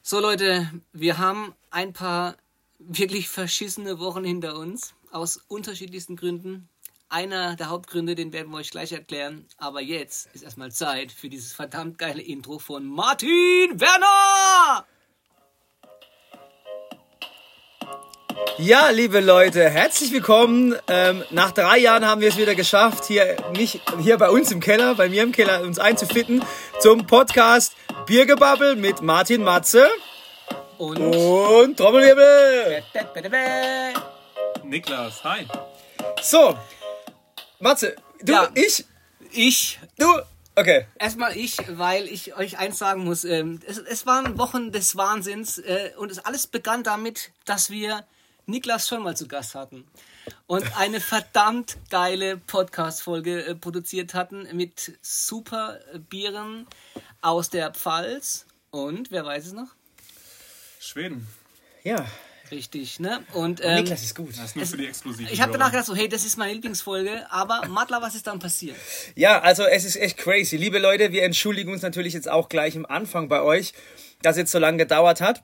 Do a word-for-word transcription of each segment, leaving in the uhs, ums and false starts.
So Leute, wir haben ein paar wirklich verschissene Wochen hinter uns, aus unterschiedlichsten Gründen. Einer der Hauptgründe, den werden wir euch gleich erklären. Aber jetzt ist erstmal Zeit für dieses verdammt geile Intro von Martin Werner! Ja, liebe Leute, herzlich willkommen. Ähm, nach drei Jahren haben wir es wieder geschafft, hier, nicht, hier bei uns im Keller, bei mir im Keller, uns einzufitten zum Podcast Biergebabbel mit Martin Matze und, und Trommelwirbel. Niklas, hi. So, Matze, du, Ja. ich, ich, du, okay. erstmal ich, weil ich euch eins sagen muss. Ähm, es, es waren Wochen des Wahnsinns äh, und es alles begann damit, dass wir Niklas schon mal zu Gast hatten und eine verdammt geile Podcast-Folge äh, produziert hatten mit super Bieren aus der Pfalz und, wer weiß es noch? Schweden. Ja, Richtig, ne? Und, ähm, Niklas ist gut. Das ist nur für die exklusiven ich habe Hörer. danach gedacht, so, hey, das ist meine Lieblingsfolge, aber Matla, was ist dann passiert? Ja, also es ist echt crazy. Liebe Leute, wir entschuldigen uns natürlich jetzt auch gleich am Anfang bei euch, dass jetzt so lange gedauert hat.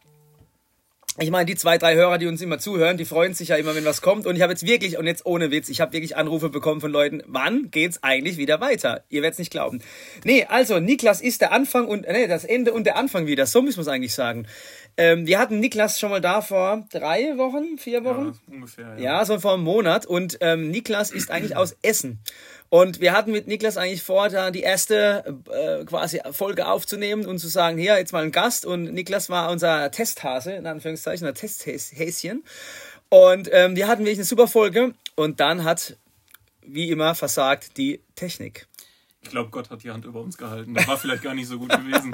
Ich meine, die zwei, drei Hörer, die uns immer zuhören, die freuen sich ja immer, wenn was kommt. Und ich habe jetzt wirklich, und jetzt ohne Witz, ich habe wirklich Anrufe bekommen von Leuten, wann geht's eigentlich wieder weiter? Ihr werdet es nicht glauben. Nee, also Niklas ist der Anfang und, nee, das Ende und der Anfang wieder. So muss man es eigentlich sagen. Ähm, wir hatten Niklas schon mal da vor drei Wochen, vier Wochen? Ja, ungefähr, ja. Ja, so vor einem Monat. Und ähm, Niklas ist eigentlich aus Essen. Und wir hatten mit Niklas eigentlich vor, da die erste äh, quasi Folge aufzunehmen und zu sagen, hier, jetzt mal ein Gast. Und Niklas war unser Testhase, in Anführungszeichen, ein Testhäschen. Und ähm, wir hatten wirklich eine super Folge. Und dann hat, wie immer, versagt die Technik. Ich glaube, Gott hat die Hand über uns gehalten. Das war vielleicht gar nicht so gut gewesen.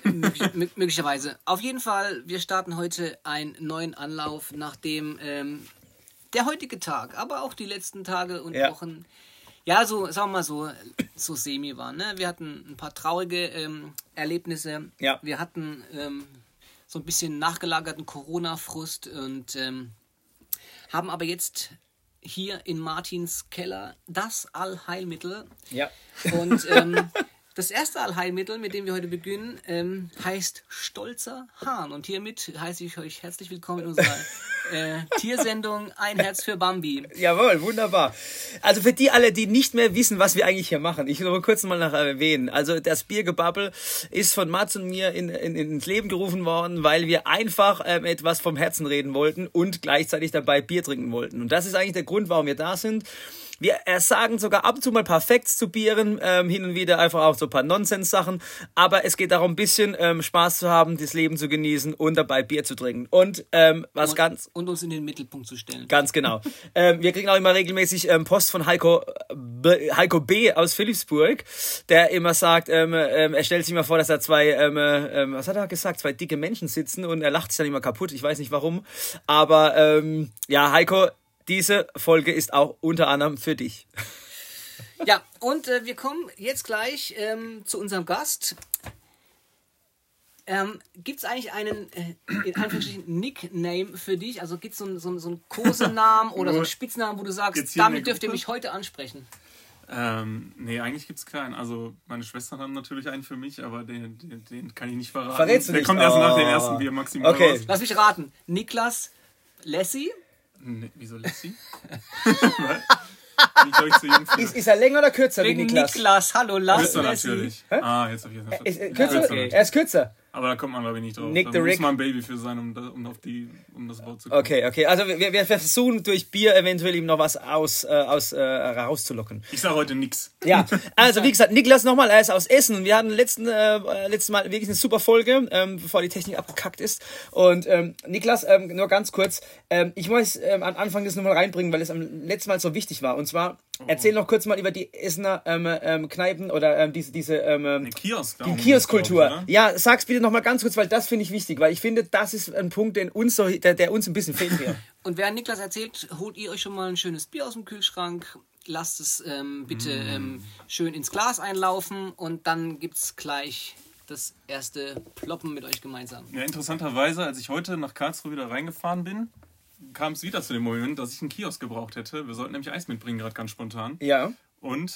Mö- möglicherweise. Auf jeden Fall, wir starten heute einen neuen Anlauf, nachdem ähm, der heutige Tag, aber auch die letzten Tage und Ja. Wochen, ja, so, sagen wir mal so, so semi waren. Ne? Wir hatten ein paar traurige ähm, Erlebnisse. Ja. Wir hatten ähm, so ein bisschen nachgelagerten Corona-Frust und ähm, haben aber jetzt hier in Martins Keller das Allheilmittel. Ja. Und ähm, das erste Allheilmittel, mit dem wir heute beginnen, ähm, heißt Stolzer Hahn. Und hiermit heiße ich euch herzlich willkommen in unserer äh, Tiersendung Ein Herz für Bambi. Jawohl, wunderbar. Also für die alle, die nicht mehr wissen, was wir eigentlich hier machen, ich will nur kurz mal nach erwähnen. Also das Biergebabbel ist von Mats und mir in, in, ins Leben gerufen worden, weil wir einfach ähm, etwas vom Herzen reden wollten und gleichzeitig dabei Bier trinken wollten. Und das ist eigentlich der Grund, warum wir da sind. Wir äh, sagen sogar ab und zu mal ein paar Facts zu Bieren, ähm, hin und wieder einfach auch so ein paar Nonsens-Sachen. Aber es geht darum, ein bisschen ähm, Spaß zu haben, das Leben zu genießen und dabei Bier zu trinken. Und ähm, was Und, ganz... und uns in den Mittelpunkt zu stellen. Ganz genau. ähm, wir kriegen auch immer regelmäßig ähm, Post von Heiko B, Heiko B. aus Philipsburg, der immer sagt, ähm, ähm, er stellt sich mal vor, dass da zwei, ähm, ähm, was hat er gesagt, zwei dicke Menschen sitzen und er lacht sich dann immer kaputt. Ich weiß nicht warum. Aber ähm, ja, Heiko, diese Folge ist auch unter anderem für dich. Ja, und äh, wir kommen jetzt gleich ähm, zu unserem Gast. Ähm, gibt es eigentlich einen, äh, in Anführungsstrichen, Nickname für dich? Also gibt es so, einen- so, einen- so einen Kosenamen oder so einen Spitznamen, wo du sagst, Geht's hier in damit der dürft ihr Gruppe? mich heute ansprechen? ähm, nee, eigentlich gibt es keinen. Also meine Schwestern haben natürlich einen für mich, aber den, den, den kann ich nicht verraten. Verrätst du Der nicht? kommt erst nach dem Oh. ersten Bier maximal Okay. raus. Lass mich raten. Niklas Lassie? Nee, wieso Lassie? Bin ich euch zu jung für? Ist, ist er länger oder kürzer wie Wegen Niklas? Niklas. Hallo, lass Kürzer Lassie. natürlich. Ah, jetzt hab ich das Ist, äh, verstanden. kürzer? Kürzer. Er ist kürzer. Aber da kommt man, glaube ich, nicht drauf. Nick da the muss Rick. man ein Baby für sein, um, da, um, auf die, um das Wort zu kommen. Okay, okay. Also wir, wir versuchen durch Bier eventuell ihm noch was aus, äh, aus äh, rauszulocken. Ich sage heute nix. Ja, also wie gesagt, Niklas nochmal, er ist aus Essen und wir hatten letzten, äh, letztes Mal wirklich eine super Folge, ähm, bevor die Technik abgekackt ist. Und ähm, Niklas, ähm, nur ganz kurz, ähm, ich muss ähm, am Anfang das nochmal reinbringen, weil es am letzten Mal so wichtig war. Und zwar, erzähl noch kurz mal über die Essener ähm, ähm, Kneipen oder ähm, diese, diese ähm, Ein Kiosk. die darum Kioskkultur. geht's, glaub ich, Ja, sag's bitte nochmal ganz kurz, weil das finde ich wichtig, weil ich finde, das ist ein Punkt, den uns so, der, der uns ein bisschen fehlt hier. Und während Niklas erzählt, holt ihr euch schon mal ein schönes Bier aus dem Kühlschrank, lasst es ähm, bitte ähm, schön ins Glas einlaufen und dann gibt's gleich das erste Ploppen mit euch gemeinsam. Ja, interessanterweise, als ich heute nach Karlsruhe wieder reingefahren bin, kam es wieder zu dem Moment, dass ich einen Kiosk gebraucht hätte. Wir sollten nämlich Eis mitbringen, gerade ganz spontan. Ja. Und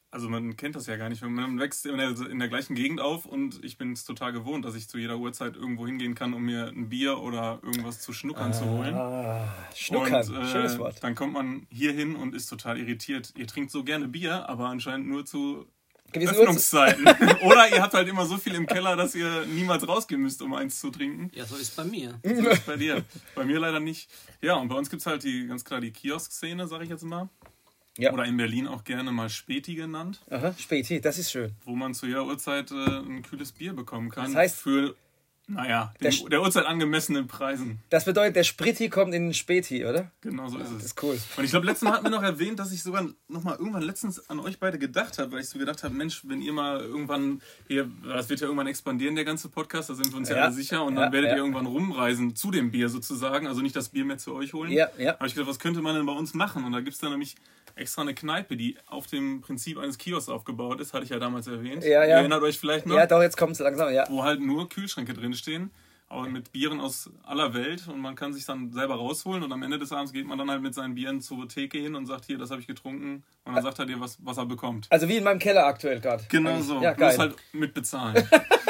also man kennt das ja gar nicht. Man wächst in der, in der gleichen Gegend auf und ich bin es total gewohnt, dass ich zu jeder Uhrzeit irgendwo hingehen kann, um mir ein Bier oder irgendwas zu schnuckern ah, zu holen. Schnuckern, und, äh, schönes Wort. Dann kommt man hier hin und ist total irritiert. Ihr trinkt so gerne Bier, aber anscheinend nur zu Gewissen Öffnungszeiten. Oder ihr habt halt immer so viel im Keller, dass ihr niemals rausgehen müsst, um eins zu trinken. Ja, so ist bei mir. So ist bei dir. Bei mir leider nicht. Ja, und bei uns gibt es halt die ganz klar die Kiosk-Szene, sag ich jetzt mal. Ja. Oder in Berlin auch gerne mal Späti genannt. Aha, Späti, das ist schön. Wo man zu jeder Uhrzeit äh, ein kühles Bier bekommen kann. Das heißt, für, naja, den, der, der Uhrzeit angemessenen Preisen. Das bedeutet, der Spritti kommt in den Späti, oder? Genau so ist es. Das ist cool. Und ich glaube, letztes Mal hat mir noch erwähnt, dass ich sogar noch mal irgendwann letztens an euch beide gedacht habe, weil ich so gedacht habe, Mensch, wenn ihr mal irgendwann, hier, das wird ja irgendwann expandieren, der ganze Podcast, da sind wir uns ja, ja alle sicher. Und dann ja, werdet ja. ihr irgendwann rumreisen zu dem Bier sozusagen, also nicht das Bier mehr zu euch holen. Ja, ja. Da habe ich gedacht, was könnte man denn bei uns machen? Und da gibt es dann nämlich extra eine Kneipe, die auf dem Prinzip eines Kiosks aufgebaut ist, hatte ich ja damals erwähnt. Ja, ja. Ihr erinnert euch vielleicht noch? Ja, doch, jetzt kommt es langsam, ja. Wo halt nur Kühlschränke drinstehen. Aber mit Bieren aus aller Welt und man kann sich dann selber rausholen und am Ende des Abends geht man dann halt mit seinen Bieren zur Theke hin und sagt, hier, das habe ich getrunken und dann sagt er dir, was, was er bekommt. Also wie in meinem Keller aktuell gerade. Genau so, ja, du musst halt mit bezahlen.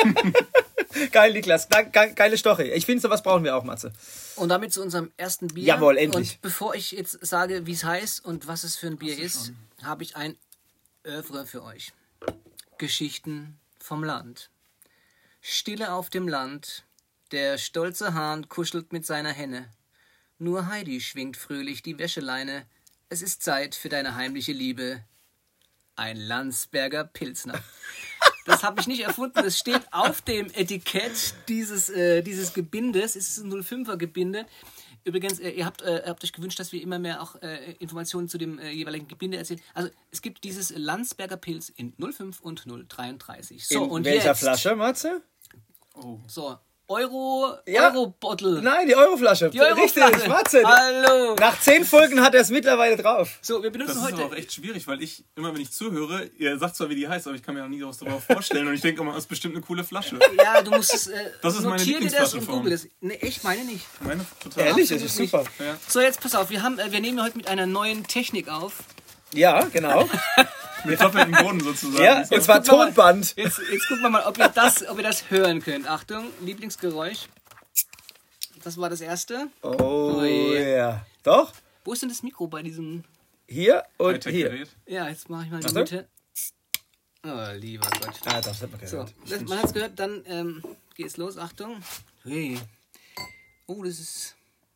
Geil, Niklas, Ge geile Story. Ich finde, sowas brauchen wir auch, Matze. Und damit zu unserem ersten Bier. Jawohl, endlich. Und bevor ich jetzt sage, wie es heißt und was es für ein Bier ist, habe ich ein Övre für euch. Geschichten vom Land. Stille auf dem Land. Der stolze Hahn kuschelt mit seiner Henne. Nur Heidi schwingt fröhlich die Wäscheleine. Es ist Zeit für deine heimliche Liebe. Ein Landsberger Pilsner. Das habe ich nicht erfunden. Das steht auf dem Etikett dieses, äh, dieses Gebindes. Es ist ein null fünfer Gebinde. Übrigens, äh, ihr habt, äh, habt euch gewünscht, dass wir immer mehr auch äh, Informationen zu dem äh, jeweiligen Gebinde erzählen. Also es gibt dieses Landsberger Pilz in null fünf und null dreiunddreißig. So, in und welcher jetzt, Flasche, Matze? Oh. So, Euro, ja. Euro-Bottle. Nein, die Euroflasche. Die Euroflasche. Richtig, Matze. Hallo. Nach zehn Folgen hat er es mittlerweile drauf. So, wir benutzen das ist heute... aber auch echt schwierig, weil ich, immer wenn ich zuhöre, ihr sagt zwar, wie die heißt, aber ich kann mir auch nie was darauf vorstellen und ich denke immer, das ist bestimmt eine coole Flasche. Ja, du musst es... Äh, das ist meine notier dir das Lieblingsflasche und von. google das. Ne, echt, meine nicht. Meine total. Ehrlich, das ist super. Ja. So, jetzt pass auf, wir, haben, äh, wir nehmen heute mit einer neuen Technik auf. Ja, genau. Mit doppeltem Boden sozusagen. Ja, und zwar Tonband. Jetzt, jetzt gucken wir mal, ob ihr, das, ob ihr das hören könnt. Achtung, Lieblingsgeräusch. Das war das erste. Oh, oh yeah. ja. Doch? Wo ist denn das Mikro bei diesem... Hier und hier. Ja, jetzt mache ich mal die Achtung. Mitte. Oh, lieber Gott. Ah, das hat man So, gehört. das, man hat es gehört, dann ähm, geht's los. Achtung. Hey. Oh, das ist...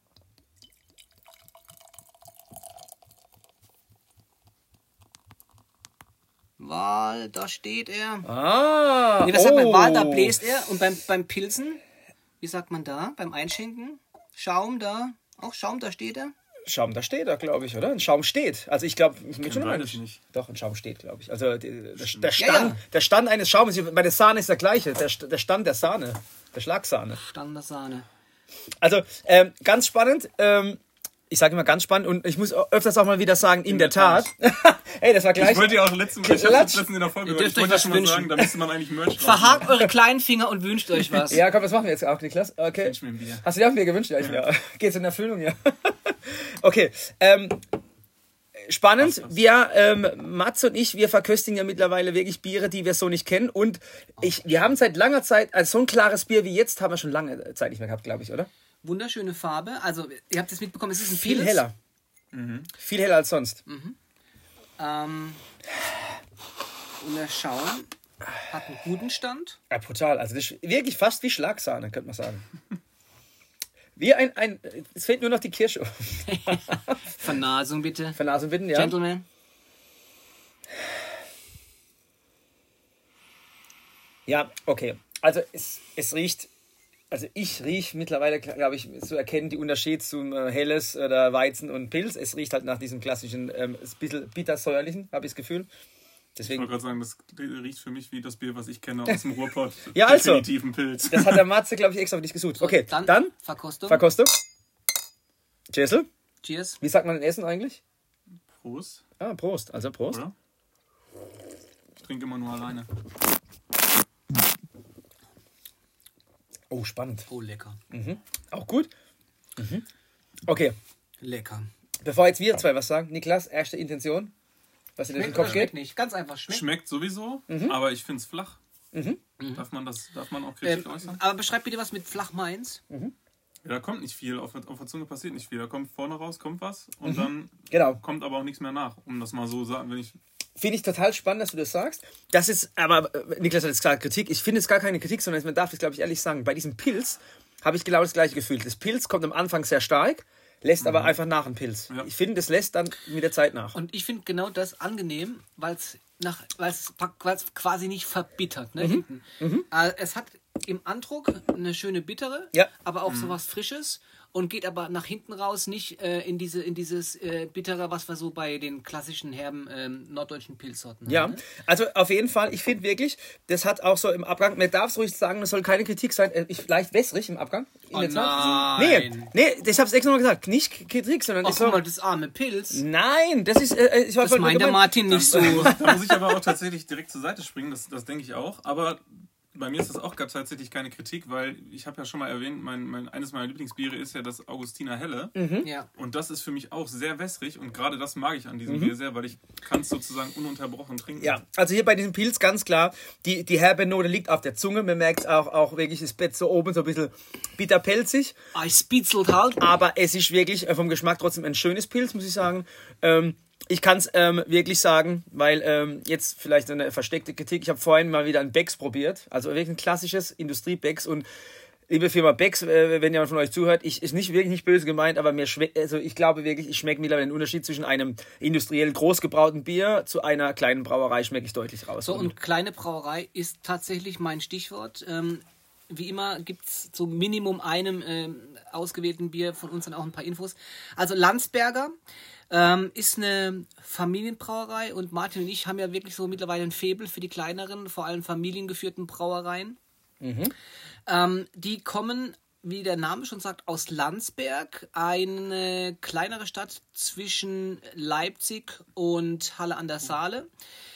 Wal, da steht er. Ah, Nee, was sagt man? oh. Wal, da bläst er. Und beim, beim Pilzen, wie sagt man da? Beim Einschenken? Schaum da. Auch Schaum, da steht er. Schaum, da steht er, glaube ich, oder? Ein Schaum steht. Also ich glaube, ich schon beides nicht. Doch, ein Schaum steht, glaube ich. Also die, der, der, Stand, Ja, ja. der Stand eines Schaumes, bei der Sahne ist der gleiche. Der, der Stand der Sahne, der Schlagsahne. Stand der Sahne. Also ähm, ganz spannend. Ähm, ich sage immer ganz spannend und ich muss öfters auch mal wieder sagen, in, in der, der Tat. Tat. Hey, das war gleich. Ich wollte ja auch letzten, ich letztens in der Folge, Ihr ich wollte ja schon mal sagen, da müsste man eigentlich Merch drauf Verhakt eure kleinen Finger und wünscht euch was. Ja, komm, das machen wir jetzt auch, Niklas. Okay. Ich mir ein Bier. Hast du dir auch ein Bier gewünscht? Ja, ich Ja. mir. Geht's in Erfüllung, ja. Okay. Ähm, spannend. Was, was? Wir, ähm, Mats und ich, wir verköstigen ja mittlerweile wirklich Biere, die wir so nicht kennen. Und ich, wir haben seit langer Zeit, also so ein klares Bier wie jetzt, haben wir schon lange Zeit nicht mehr gehabt, glaube ich, oder? Wunderschöne Farbe. Also, ihr habt es mitbekommen, es ist ein Viel Pilz. heller. Mhm. Viel heller als sonst. Ähm, und der Schaum hat einen guten Stand. Ja, brutal. Also das ist wirklich fast wie Schlagsahne, könnte man sagen. Wie ein, ein, es fehlt nur noch die Kirsche. Vernasung bitte. Vernasung bitten, ja. Gentleman. Ja, okay. Also es, es riecht, also ich rieche mittlerweile, glaube ich, zu erkennen die Unterschied zum äh, Helles oder Weizen und Pilz. Es riecht halt nach diesem klassischen, ähm, ein bisschen bittersäuerlichen, habe ich das Gefühl. Ich Deswegen, wollte gerade sagen, das riecht für mich wie das Bier, was ich kenne aus dem Ruhrpott. Ja, also. Definitiv ein Pilz. das hat der Matze, glaube ich, extra für dich gesucht. So, Okay, dann, dann Verkostung. Verkostung. Jessel, Cheers. wie sagt man in Essen eigentlich? Prost, Ah, Prost. Also Prost. oder? Ich trinke immer nur alleine. Oh, spannend. Oh, lecker. Auch gut. Mhm. Okay, Lecker. bevor jetzt wir zwei was sagen, Niklas, erste Intention. was dir durch den Kopf geht? Nicht, ganz einfach. Schmeckt, schmeckt sowieso, mhm. aber ich finde es flach. Mhm. Darf man das, darf man auch Kritik ähm, äußern? Aber beschreib bitte, was mit flach meinst. Mhm. Ja, da kommt nicht viel, auf, auf der Zunge passiert nicht viel. Da kommt vorne raus, kommt was und mhm. dann genau. kommt aber auch nichts mehr nach, um das mal so sagen, wenn ich... Finde ich total spannend, dass du das sagst. Das ist, aber Niklas hat jetzt gesagt, Kritik. Ich finde es gar keine Kritik, sondern man darf das, glaube ich, ehrlich sagen. Bei diesem Pilz habe ich genau das gleiche Gefühl. Das Pilz kommt am Anfang sehr stark, lässt mhm. aber einfach nach dem Pilz. Ja. Ich finde, das lässt dann mit der Zeit nach. Und ich finde genau das angenehm, weil es nach, weil es quasi nicht verbittert, ne, mhm. hinten. Mhm. Also es hat im Andruck eine schöne bittere, ja. aber auch mhm. so was Frisches und geht aber nach hinten raus nicht äh, in diese in dieses äh, bittere, was wir so bei den klassischen herben ähm, norddeutschen Pilzsorten ja. haben. Ne? Also auf jeden Fall, ich finde wirklich, das hat auch so im Abgang, man darf es ruhig sagen, das soll keine Kritik sein, äh, ich, leicht wässrig im Abgang. Oh nein. Nee, nee, ich habe es extra noch gesagt, nicht Kritik, sondern... Ach, ich guck so, mal, das arme Pilz. Nein, das ist... Äh, ich war das meint der Martin nicht so. Da muss, da muss ich aber auch tatsächlich direkt zur Seite springen, das, das denke ich auch, aber... Bei mir ist das auch tatsächlich keine Kritik, weil ich habe ja schon mal erwähnt, mein, mein, eines meiner Lieblingsbiere ist ja das Augustiner Helle. Mhm. Ja. Und das ist für mich auch sehr wässrig und gerade das mag ich an diesem mhm. Bier sehr, weil ich kann es sozusagen ununterbrochen trinken. Ja, also hier bei diesem Pilz ganz klar, die, die herbe Note liegt auf der Zunge. Man merkt auch, auch wirklich das Bett so oben so ein bisschen bitterpelzig. Ah, es spitzelt halt. Aber es ist wirklich vom Geschmack trotzdem ein schönes Pilz, muss ich sagen. Ähm, Ich kann es ähm, wirklich sagen, weil ähm, jetzt vielleicht eine versteckte Kritik. Ich habe vorhin mal wieder ein Becks probiert, also wirklich ein klassisches Industrie-Becks. Und liebe Firma Becks, äh, wenn jemand von euch zuhört, ich, ist nicht wirklich nicht böse gemeint, aber mir schmeckt, also ich glaube wirklich, ich schmecke mittlerweile den Unterschied zwischen einem industriell großgebrauten Bier zu einer kleinen Brauerei, schmecke ich deutlich raus. So, und kleine Brauerei ist tatsächlich mein Stichwort. Ähm, wie immer gibt es zu Minimum einem ähm, ausgewählten Bier von uns dann auch ein paar Infos. Also Landsberger. Ähm, ist eine Familienbrauerei und Martin und ich haben ja wirklich so mittlerweile ein Faible für die kleineren, vor allem familiengeführten Brauereien. Mhm. Ähm, die kommen, wie der Name schon sagt, aus Landsberg, eine kleinere Stadt zwischen Leipzig und Halle an der Saale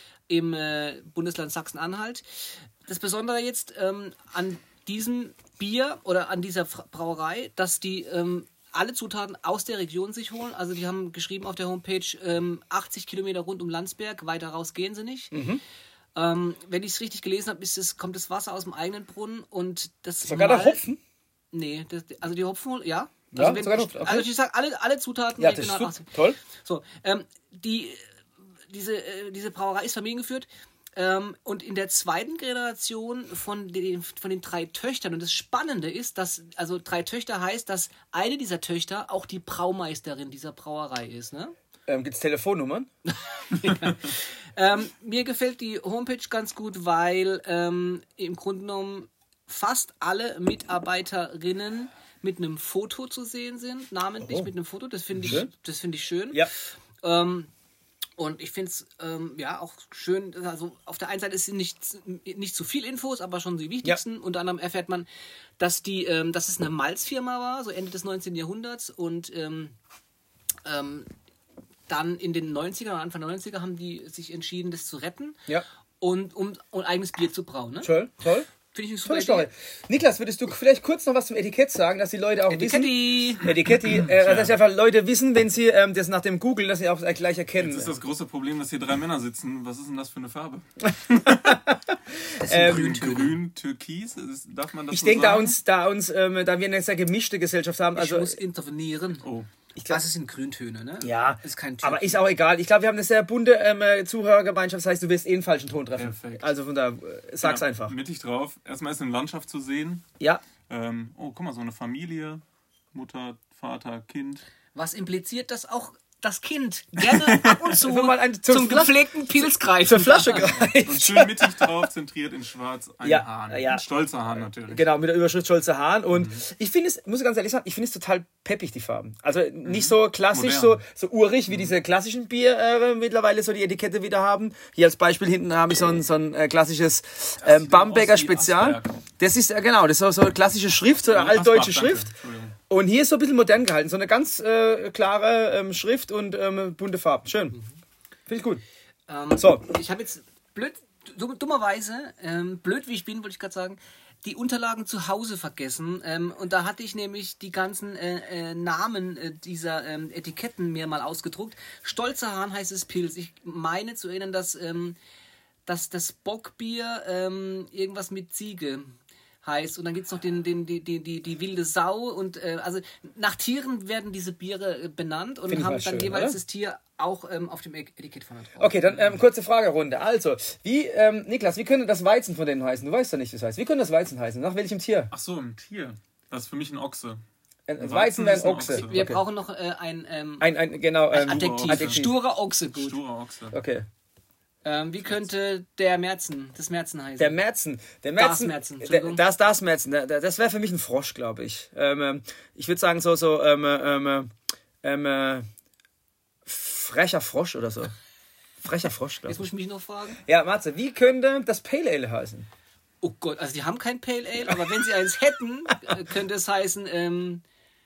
im äh, Bundesland Sachsen-Anhalt. Das Besondere jetzt ähm, an diesem Bier oder an dieser Brauerei, dass die ähm, alle Zutaten aus der Region sich holen. Also die haben geschrieben auf der Homepage, ähm, achtzig Kilometer rund um Landsberg, weiter raus gehen sie nicht. Mhm. Ähm, wenn ich es richtig gelesen habe, ist es, kommt das Wasser aus dem eigenen Brunnen und das... Sogar der Hopfen? Nee, das, also die Hopfen, ja. Ja, also wenn, sogar Hopfen, okay. Also ich sage, alle, alle Zutaten... Ja, das ist genau, toll. So, ähm, die, diese, äh, diese Brauerei ist familiengeführt. Ähm, und in der zweiten Generation von den, von den drei Töchtern, und das Spannende ist, dass, also drei Töchter heißt, dass eine dieser Töchter auch die Braumeisterin dieser Brauerei ist, ne? Ähm, Gibt es Telefonnummern? ja. ähm, mir gefällt die Homepage ganz gut, weil ähm, im Grunde genommen fast alle Mitarbeiterinnen mit einem Foto zu sehen sind, namentlich oh. mit einem Foto, das finde ich, das finde ich schön. Ja. Ähm, Und ich finde es ähm, ja auch schön, also auf der einen Seite ist nicht, nicht zu viel Infos, aber schon die wichtigsten. Ja. Unter anderem erfährt man, dass, die, ähm, dass es eine Malzfirma war, so Ende des neunzehnten Jahrhunderts. Und ähm, ähm, dann in den neunzigern oder Anfang der neunziger haben die sich entschieden, das zu retten. Ja. Und um ein eigenes Bier zu brauen. Ne? Toll, toll. Finde ich eine super Idee. Niklas, würdest du vielleicht kurz noch was zum Etikett sagen, dass die Leute auch Etiketti. wissen... Etiketti. Äh, dass einfach Leute wissen, wenn sie ähm, das nach dem Googlen, dass sie auch gleich erkennen. Jetzt ist das große Problem, dass hier drei Männer sitzen. Was ist denn das für eine Farbe? Das ähm, grün, grün, türkis. Darf man das Ich so denke, da sagen? uns, da uns, ähm, da wir eine sehr gemischte Gesellschaft haben... Also, ich muss intervenieren. Oh. Ich glaube, das sind Grüntöne, ne? Ja, ist kein aber ist auch egal. Ich glaube, wir haben eine sehr bunte ähm, Zuhörergemeinschaft. Das heißt, du wirst eh einen falschen Ton treffen. Perfekt. Also von da, äh, sag's ja, einfach. Mittig drauf. Erstmal ist eine Landschaft zu sehen. Ja. Ähm, oh, guck mal, so eine Familie. Mutter, Vater, Kind. Was impliziert, dass auch das Kind gerne ab und zu mal ein, zum, zum gepflegten Pilz greift. Zur Flasche greift. Und schön mittig drauf, zentriert in schwarz, ein ja, Hahn. Ja. Ein stolzer Hahn natürlich. Genau, mit der Überschrift stolzer Hahn. Und mhm. ich finde es, muss ich ganz ehrlich sagen, ich finde es total peppig, die Farben. Also nicht so klassisch, so, so urig wie mhm. diese klassischen Bier äh, mittlerweile so die Etikette wieder haben. Hier als Beispiel hinten habe ich so ein, so ein äh, klassisches äh, Bamberger Spezial. Das ist, äh, genau, das ist so, so eine klassische Schrift, so eine ja, altdeutsche Schrift. Und hier ist so ein bisschen modern gehalten, so eine ganz äh, klare ähm, Schrift und ähm, bunte Farben. Schön. Mhm. Finde ich gut. Ähm, so. Ich habe jetzt blöd, dummerweise, ähm, blöd wie ich bin, wollte ich gerade sagen, die Unterlagen zu Hause vergessen ähm, und da hatte ich nämlich die ganzen äh, äh, Namen äh, dieser ähm, Etiketten mir mal ausgedruckt. Stolzer Hahn heißt es Pilz. Ich meine zu erinnern, dass, ähm, dass das Bockbier ähm, irgendwas mit Ziege heißt und dann gibt es noch den, den, die, die, die, die wilde Sau und äh, also nach Tieren werden diese Biere äh, benannt und Find ich haben mal dann schön, jeweils oder? das Tier auch ähm, auf dem Etikett von drauf. Okay, dann ähm, kurze Fragerunde. Also, wie, ähm, Niklas, wie könnte das Weizen von denen heißen? Du weißt ja nicht, wie es heißt. Wie könnte das Weizen heißen? Nach welchem Tier? Ach so, ein Tier. Das ist für mich ein Ochse. Ein, Weizen Weizen wäre ein ist ein Ochse. Ochse. Wir okay. brauchen noch äh, ein, ähm, Ein, ein, genau, ähm, Adjektiv. Adjektiv. Sturer Ochse, gut. Sturer Ochse. Okay. Ähm, wie könnte der Märzen, das Märzen heißen? Der Märzen. Der Märzen. Märzen, der, Entschuldigung. das, das Märzen. Der, der, das wäre für mich ein Frosch, glaube ich. Ähm, ähm, ich würde sagen, so, so, ähm, ähm, ähm, äh, frecher Frosch oder so. Frecher Frosch, glaube Jetzt muss ich. ich mich noch fragen. Ja, Matze, wie könnte das Pale Ale heißen? Oh Gott, also die haben kein Pale Ale, aber wenn sie eins hätten, äh, könnte es heißen, ähm,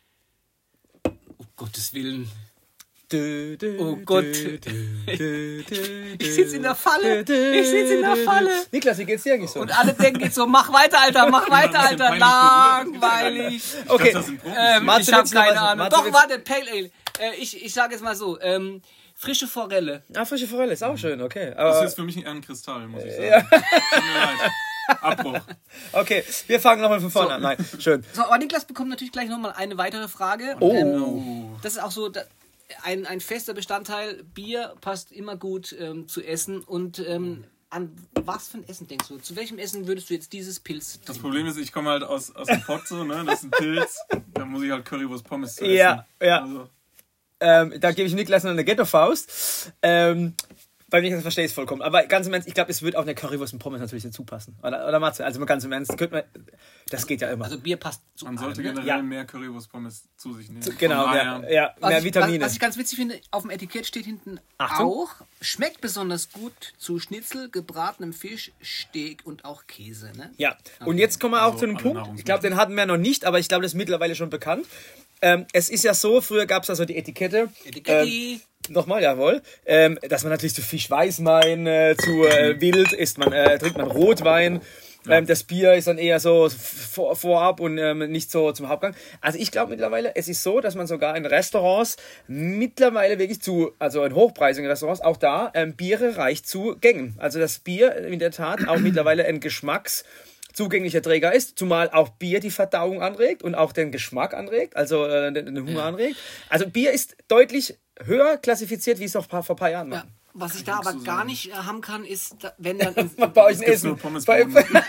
oh Gottes Willen. Du, du, Oh Gott. du, du, du, du, Ich sitze in der Falle. Ich sitze in der Falle. Niklas, wie geht's dir eigentlich so? Und alle denken jetzt so, mach weiter, Alter, mach weiter, ein bisschen Alter. peinlich berührt. Langweilig. Okay. Das sind Profis. Ähm, Matze, ich habe willst du noch keine was- Ahnung. Matze, Doch, willst- warte, Pale Ale. Äh, ich, ich sage jetzt mal so, ähm, frische Forelle. Ah, frische Forelle ist auch schön, okay. Das Aber, ist für mich eher ein Kristall, muss ich sagen. Tut mir leid. Abbruch. okay, wir fangen nochmal von vorne an. Nein, schön. So, aber Niklas bekommt natürlich gleich nochmal eine weitere Frage. Oh. Ähm, das ist auch so da, ein, ein fester Bestandteil. Bier passt immer gut ähm, zu Essen. Und ähm, an was für ein Essen denkst du? Zu welchem Essen würdest du jetzt dieses Pilz Das trinken? Problem ist, ich komme halt aus, aus dem Pott so, ne? Das ist ein Pilz. Da muss ich halt Currywurst Pommes zu essen. Ja, ja. Also, Ähm, da gebe ich Niklas noch eine Ghetto-Faust. Ähm, bei Niklas verstehe ich es vollkommen. Aber ganz im Ernst, ich glaube, es wird auch eine Currywurst und Pommes natürlich dazu passen. Oder, oder Matze? Also mal ganz im Ernst, könnte man, das geht ja immer. Also Bier passt zu man sollte allem, ne? generell Ja. mehr Currywurst Pommes zu sich nehmen. genau, Von ja, daher- ja, Was mehr ich, Vitamine. Was, was ich ganz witzig finde, auf dem Etikett steht hinten Achtung. auch, schmeckt besonders gut zu Schnitzel, gebratenem Fisch, Steak und auch Käse. Ne? Ja, und jetzt kommen wir auch Also zu einem alle Punkt. Nahrungsmittel. Ich glaube, den hatten wir noch nicht, aber ich glaube, das ist mittlerweile schon bekannt. Ähm, es ist ja so, früher gab es ja so die Etikette. Etiketti. Ähm, nochmal, jawohl. Ähm, dass man natürlich zu Fisch Weißwein, äh, zu äh, Wild isst man, äh, trinkt man Rotwein. Ähm, das Bier ist dann eher so vor, vorab und ähm, nicht so zum Hauptgang. Also ich glaube mittlerweile, es ist so, dass man sogar in Restaurants mittlerweile wirklich zu, also in hochpreisigen Restaurants, auch da, ähm, Biere reicht zu Gängen. Also das Bier in der Tat auch mittlerweile ein Geschmacks zugänglicher Träger ist, zumal auch Bier die Verdauung anregt und auch den Geschmack anregt, also äh, den, den Hunger Ja. anregt. Also Bier ist deutlich höher klassifiziert, wie es noch paar, vor ein paar Jahren war. Ja. Was ich da aber so gar sagen. nicht äh, haben kann, ist, da, wenn dann, Bei euch ein Gibt's Essen. nur Pommes Bei,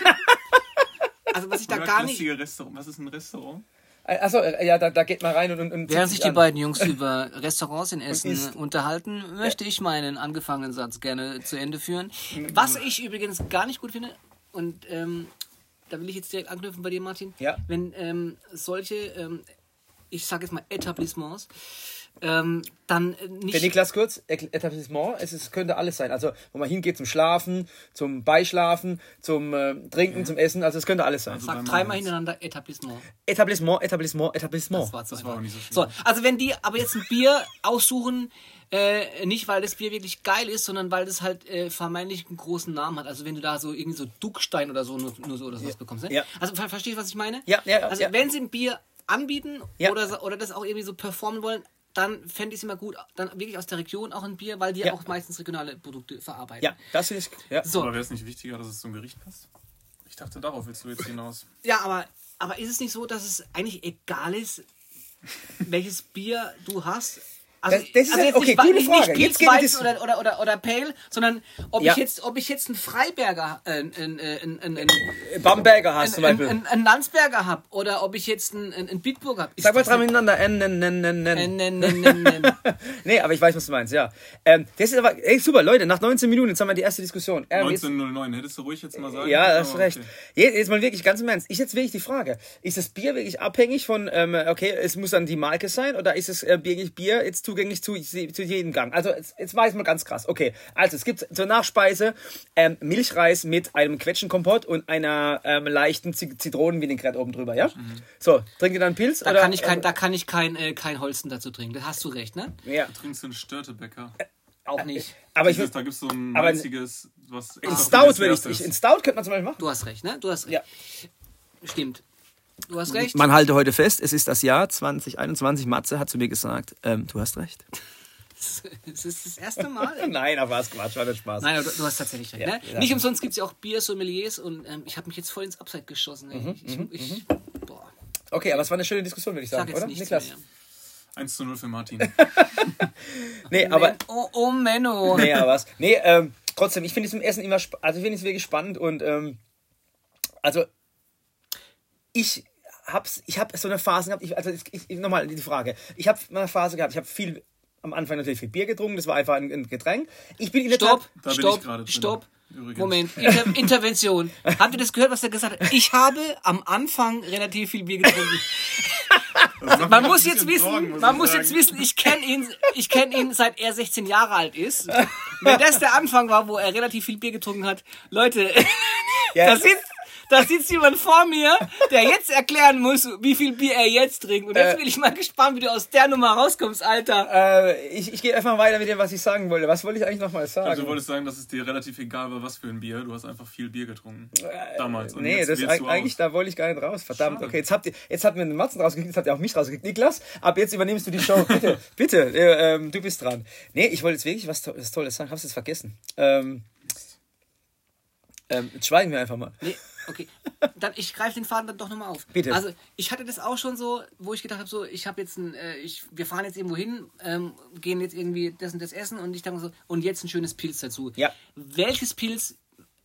also was ich da Oder gar nicht, klassische Restaurant. Was ist ein Restaurant? achso, äh, ja, da, da geht man rein und, und, und während zieht sich die an. beiden Jungs über Restaurants in Essen isst. unterhalten, möchte ich meinen angefangenen Satz gerne zu Ende führen. Was ich übrigens gar nicht gut finde, und ähm, da will ich jetzt direkt anknüpfen bei dir, Martin, Ja. wenn ähm, solche, ähm, ich sage jetzt mal Etablissements, ähm, dann äh, nicht... Der Niklas kurz, Etablissement, es ist, könnte alles sein. Also, wo man hingeht zum Schlafen, zum Beischlafen, zum äh, Trinken, zum Essen, also es könnte alles sein. Sag dreimal hintereinander Etablissement. Etablissement, Etablissement, Etablissement. Das war, zu Das war einfach. auch nicht so schlimm. So, also wenn die aber jetzt ein Bier aussuchen, äh, nicht weil das Bier wirklich geil ist, sondern weil das halt äh, vermeintlich einen großen Namen hat. Also wenn du da so irgendwie so Duckstein oder so nur, nur so oder sowas bekommst. Ne? Ja. Also ver verstehst du, was ich meine? Ja, ja, ja, Also ja. wenn sie ein Bier anbieten Ja. oder, so- oder das auch irgendwie so performen wollen, dann fände ich es immer gut, dann wirklich aus der Region auch ein Bier, weil die Ja. auch meistens regionale Produkte verarbeiten. Ja, das finde ich. Ja. So, Aber wäre es nicht wichtiger, dass es zum Gericht passt? Ich dachte, darauf willst du jetzt hinaus. ja, aber, aber ist es nicht so, dass es eigentlich egal ist, welches Bier du hast? Also, Das- das ist ja- jetzt okay, nicht, Wa- gute nicht, Frage. nicht Jetzt Pilz, geht die Weizen Dis- oder, oder, oder, oder Pale, sondern ob, Ja. ich jetzt, ob ich jetzt einen Freiberger, äh, einen, einen, einen, einen, Bamberger hast zum einen, Beispiel. einen, einen Landsberger habe oder ob ich jetzt einen, einen Bitburger habe. Sag mal dran miteinander. N, N, N, N, N. N, N, N, N, N. Nee, aber ich weiß, was du meinst, ja. Ähm, das ist aber, ey, super, Leute, nach neunzehn Minuten, jetzt haben wir die erste Diskussion. Ähm, jetzt, neunzehn null neun, hättest du ruhig jetzt mal sagen ja, können, hast aber recht. okay. Jetzt, jetzt mal wirklich ganz im Ernst. Ich jetzt wirklich die Frage, ist das Bier wirklich abhängig von, ähm, okay, es muss dann die Marke sein oder ist es äh, wirklich Bier jetzt zugänglich zu, zu jedem Gang? Also jetzt, jetzt weiß man ganz krass. Okay, also es gibt zur Nachspeise ähm, Milchreis mit einem Quetschenkompott und einer ähm, leichten Z- Zitronenvinaigrette oben drüber, ja? So, trinkt ihr dann Pilz? Da oder, kann ich kein, ähm, da kann ich kein, äh, kein Holsten dazu trinken. Da hast du recht, ne? ja. Trinkst du einen Störtebäcker? Auch nicht. Aber ich Dieses, würd, da gibt es so ein aber- einziges, was in extra für Stout Desserts würde ich, ich, ist. in Stout könnte man zum Beispiel machen. Du hast recht, ne? Du hast recht. Ja. stimmt. Du hast recht. Man halte heute fest, es ist das Jahr zwanzig einundzwanzig. Matze hat zu mir gesagt, ähm, du hast recht. Das ist das erste Mal. Nein, aber es Quatsch, war nicht Spaß. Nein, du, du hast tatsächlich recht. Ja, Ne? ja. Nicht umsonst gibt es ja auch Bier-Sommeliers und ähm, ich habe mich jetzt voll ins Upside geschossen. Ey. Mhm, ich, mhm, ich, boah, Okay, aber es war eine schöne Diskussion, würde ich sag sagen, jetzt oder? nichts Niklas? mehr. eins zu null für Martin. Nee, aber... Oh, oh Menno. Nee, aber was? Nee, ähm, trotzdem, ich finde es im Essen immer... sp- Also ich finde es wirklich spannend und... Ähm, also... Ich... Hab's, ich habe so eine Phase gehabt, ich, also ich, ich, nochmal die Frage. Ich habe eine Phase gehabt, ich habe viel, am Anfang natürlich viel Bier getrunken, das war einfach ein, ein Getränk. Ich bin in der Stopp, Tat, Da bin ich stopp, gerade drin, stopp. übrigens. Moment, Inter Intervention. Habt ihr das gehört, was er gesagt hat? Ich habe am Anfang relativ viel Bier getrunken. Das macht Man mich muss ein jetzt bisschen wissen, Sorgen, muss man ich muss sagen. jetzt wissen, ich kenne ihn, ich kenne ihn seit er sechzehn Jahre alt ist. Wenn das der Anfang war, wo er relativ viel Bier getrunken hat, Leute, Ja. da sitzt, da sitzt jemand vor mir, der jetzt erklären muss, wie viel Bier er jetzt trinkt. Und jetzt Äh. bin ich mal gespannt, wie du aus der Nummer rauskommst, Alter. äh, ich, ich gehe einfach weiter mit dem, was ich sagen wollte. Was wollte ich eigentlich nochmal sagen? Also du wolltest sagen, dass es dir relativ egal war, was für ein Bier. Du hast einfach viel Bier getrunken. Damals. Und Nee, jetzt das wählst du eigentlich, aus. da wollte ich gar nicht raus. Verdammt, Schade. okay, jetzt habt ihr, jetzt hat mir den Matzen rausgekriegt, jetzt habt ihr auch mich rausgekriegt. Niklas, ab jetzt übernimmst du die Show. Bitte, bitte, äh, ähm, du bist dran. Nee, ich wollte jetzt wirklich was, to was Tolles sagen, hab's jetzt vergessen. Ähm, ähm, jetzt schweigen wir einfach mal. Nee, okay. Dann, ich greife den Faden dann doch nochmal auf. Bitte. Also, ich hatte das auch schon so, wo ich gedacht habe, so, ich habe jetzt ein, äh, ich, wir fahren jetzt irgendwo hin, ähm, gehen jetzt irgendwie das und das essen und ich dachte mir so, und jetzt ein schönes Pilz dazu. Ja. Welches Pilz,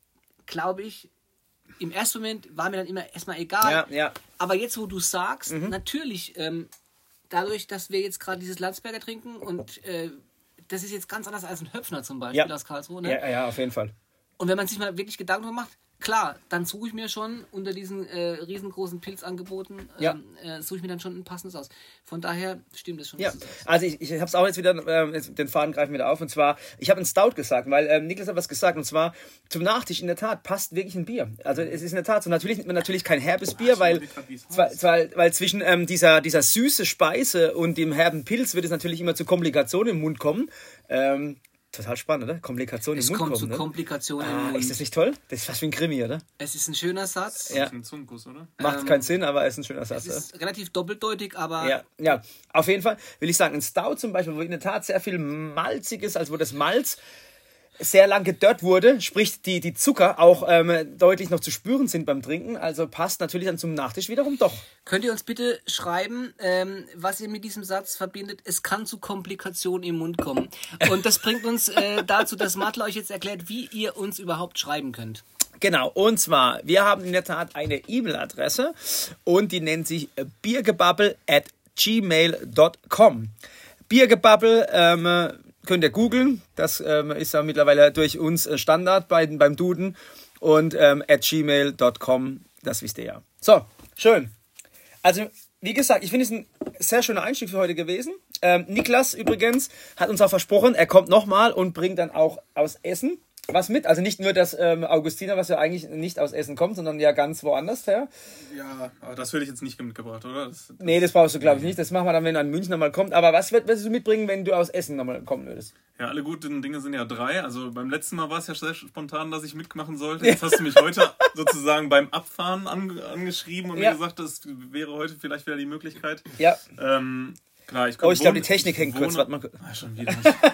glaube ich, im ersten Moment war mir dann immer erstmal egal. Ja, ja. Aber jetzt, wo du sagst, natürlich, ähm, dadurch, dass wir jetzt gerade dieses Landsberger trinken und äh, das ist jetzt ganz anders als ein Höpfner zum Beispiel Ja. aus Karlsruhe. Ne? Ja, ja, auf jeden Fall. Und wenn man sich mal wirklich Gedanken darüber macht, klar, dann suche ich mir schon unter diesen äh, riesengroßen Pilzangeboten, Ja. ähm, äh, suche ich mir dann schon ein passendes aus. Von daher stimmt das schon. Ja, was du sagst. also ich, ich habe es auch jetzt wieder, ähm, jetzt den Faden greifen wieder auf, und zwar, ich habe einen Stout gesagt, weil ähm, Niklas hat was gesagt, und zwar zum Nachtisch in der Tat passt wirklich ein Bier. Also es ist in der Tat so, natürlich nimmt man natürlich kein herbes Bier, weil, überleg grad, wie es zwar, heißt. zwar, weil zwischen ähm, dieser, dieser süße Speise und dem herben Pilz wird es natürlich immer zu Komplikationen im Mund kommen. Ähm, total spannend, oder? Komplikationen Es im Mund kommt kommen. zu ne? Komplikationen im Ah, Mund. ist das nicht toll? Das ist fast wie ein Krimi, oder? Es ist ein schöner Satz. Ja. Das ist ein Zungenkuss, oder? Macht Ähm, keinen Sinn, aber ist ein schöner Satz. Es oder? ist relativ doppeldeutig, aber Ja, ja, auf jeden Fall will ich sagen, ein Stout zum Beispiel, wo in der Tat sehr viel Malziges, also wo das Malz sehr lang gedörrt wurde, sprich die, die Zucker auch ähm, deutlich noch zu spüren sind beim Trinken, also passt natürlich dann zum Nachtisch wiederum doch. könnt ihr uns bitte schreiben, ähm, was ihr mit diesem Satz verbindet? Es kann zu Komplikationen im Mund kommen. Und das bringt uns äh, dazu, dass Mattle euch jetzt erklärt, wie ihr uns überhaupt schreiben könnt. Genau, und zwar, wir haben in der Tat eine E-Mail-Adresse und die nennt sich biergebabbel at gmail dot com. Biergebabbel, ähm, könnt ihr googeln, das ähm, ist ja mittlerweile durch uns äh, Standard bei, beim Duden, und ähm, at gmail dot com, das wisst ihr ja. So, schön. Also, wie gesagt, ich finde es ein sehr schöner Einstieg für heute gewesen. Ähm, Niklas übrigens hat uns auch versprochen, er kommt nochmal und bringt dann auch aus Essen was mit. Also nicht nur das ähm, Augustiner, was ja eigentlich nicht aus Essen kommt, sondern ja ganz woanders her. Ja, aber das hätte ich jetzt nicht mitgebracht, oder? Das, das Nee, das brauchst du, glaube ich, nicht. Das machen wir dann, wenn er in München nochmal kommt. Aber was würdest du mitbringen, wenn du aus Essen nochmal kommen würdest? Ja, alle guten Dinge sind ja drei. Also beim letzten Mal war es ja sehr spontan, dass ich mitmachen sollte. Jetzt hast du mich heute sozusagen beim Abfahren ange angeschrieben und Ja. mir gesagt, das wäre heute vielleicht wieder die Möglichkeit. Ja. Ähm, klar, ich Oh, ich glaube, wohne- die Technik hängt wohne- kurz. Warte mal. Ah, schon wieder.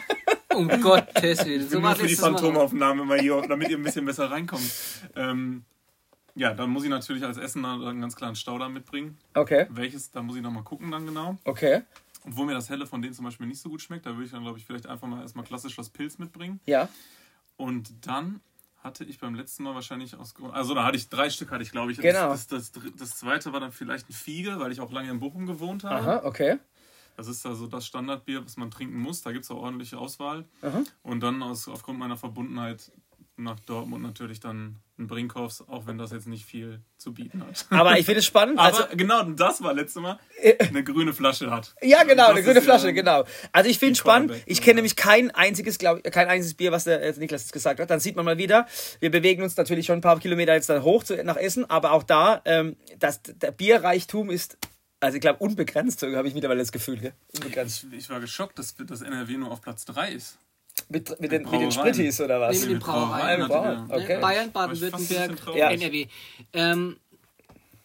Um Gottes Willen. Ich So bin war nur für die letztes Mal auch. Phantomaufnahme immer hier, damit ihr ein bisschen besser reinkommt. Ähm, ja, dann muss ich natürlich als Essener einen ganz klaren Stauder mitbringen. Okay, Welches, da muss ich nochmal gucken dann genau. okay. Und wo mir das Helle von denen zum Beispiel nicht so gut schmeckt, da würde ich dann, glaube ich, vielleicht einfach mal erstmal klassisch das Pilz mitbringen. Ja. Und dann hatte ich beim letzten Mal wahrscheinlich aus Grund, also da hatte ich drei Stück, hatte ich glaube ich. Genau. Das, das, das, das zweite war dann vielleicht ein Fiege, weil ich auch lange in Bochum gewohnt habe. Aha, okay. Das ist also das Standardbier, was man trinken muss. Da gibt es auch ordentliche Auswahl. Aha. Und dann aus, aufgrund meiner Verbundenheit nach Dortmund natürlich dann ein Brinkhoffs, auch wenn das jetzt nicht viel zu bieten hat. Aber ich finde es spannend. Aber Also, genau, das war letztes Mal, eine grüne Flasche hat. ja, genau, Das eine grüne ist, Flasche, äh, genau. Also ich finde es die spannend. Cornerback, Ich ja. kenne nämlich kein einziges, glaube ich, kein einziges Bier, was der äh, Niklas jetzt gesagt hat. Dann sieht man mal wieder, wir bewegen uns natürlich schon ein paar Kilometer jetzt dann hoch zu, nach Essen, aber auch da, ähm, das, der Bierreichtum ist, also ich glaube, unbegrenzt, so habe ich mittlerweile das Gefühl, gell? Unbegrenzt. Ich, ich war geschockt, dass das N R W nur auf Platz drei ist. Mit, mit, den, mit den Brauereien. Sprittis oder was? Nee, mit den Brauereien. Ah, mit Brauereien. natürlich, Okay. Ne? Bayern, War ich fast ein Baden-Württemberg, bisschen traurig. Ja. N R W. Ähm,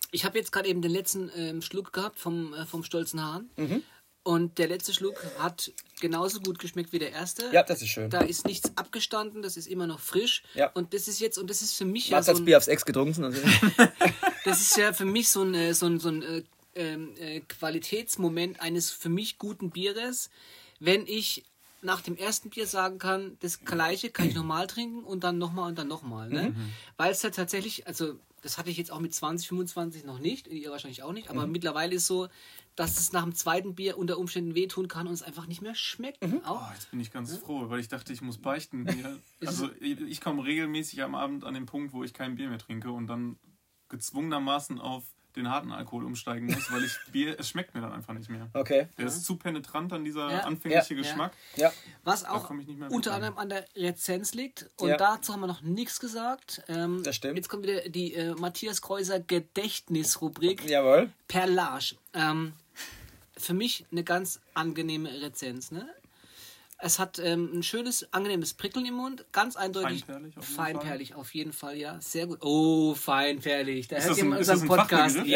ich habe jetzt gerade eben den letzten ähm, Schluck gehabt vom, äh, vom Stolzen Hahn. Mhm. Und der letzte Schluck hat genauso gut geschmeckt wie der erste. Ja, das ist schön. Da ist nichts abgestanden, das ist immer noch frisch. Ja. Und das ist jetzt, und das ist für mich ja ja so so das ein, Bier aufs Ex getrunken. Also. das ist ja für mich so ein, so ein, so ein äh, äh, Qualitätsmoment eines für mich guten Bieres, wenn ich nach dem ersten Bier sagen kann, das gleiche kann ich nochmal trinken und dann nochmal und dann nochmal. Ne? Mhm. Weil es ja tatsächlich, also das hatte ich jetzt auch mit zwanzig, fünfundzwanzig noch nicht, ihr wahrscheinlich auch nicht, aber mhm. mittlerweile ist so, dass es nach dem zweiten Bier unter Umständen wehtun kann und es einfach nicht mehr schmeckt. Mhm. Auch. Oh, jetzt bin ich ganz ja? froh, weil ich dachte, ich muss beichten. Also ich, ich komme regelmäßig am Abend an den Punkt, wo ich kein Bier mehr trinke und dann gezwungenermaßen auf den harten Alkohol umsteigen muss, weil ich Bier, es schmeckt mir dann einfach nicht mehr. Okay. Der ja. ist zu penetrant an dieser ja. anfängliche ja. Geschmack. Ja. Was auch unter anderem an der Rezenz liegt. Und ja. dazu haben wir noch nichts gesagt. Ähm, das stimmt. Jetzt kommt wieder die äh, Matthias Kreuser Gedächtnisrubrik. Jawohl. Perlage. Ähm, für mich eine ganz angenehme Rezenz, ne? Es hat ähm, ein schönes, angenehmes Prickeln im Mund, ganz eindeutig. Feinperlig auf jeden Feinperlig Fall. auf jeden Fall, ja. Sehr gut. Oh, feinperlig. Da ist hört ihr unseren Podcast. Ja,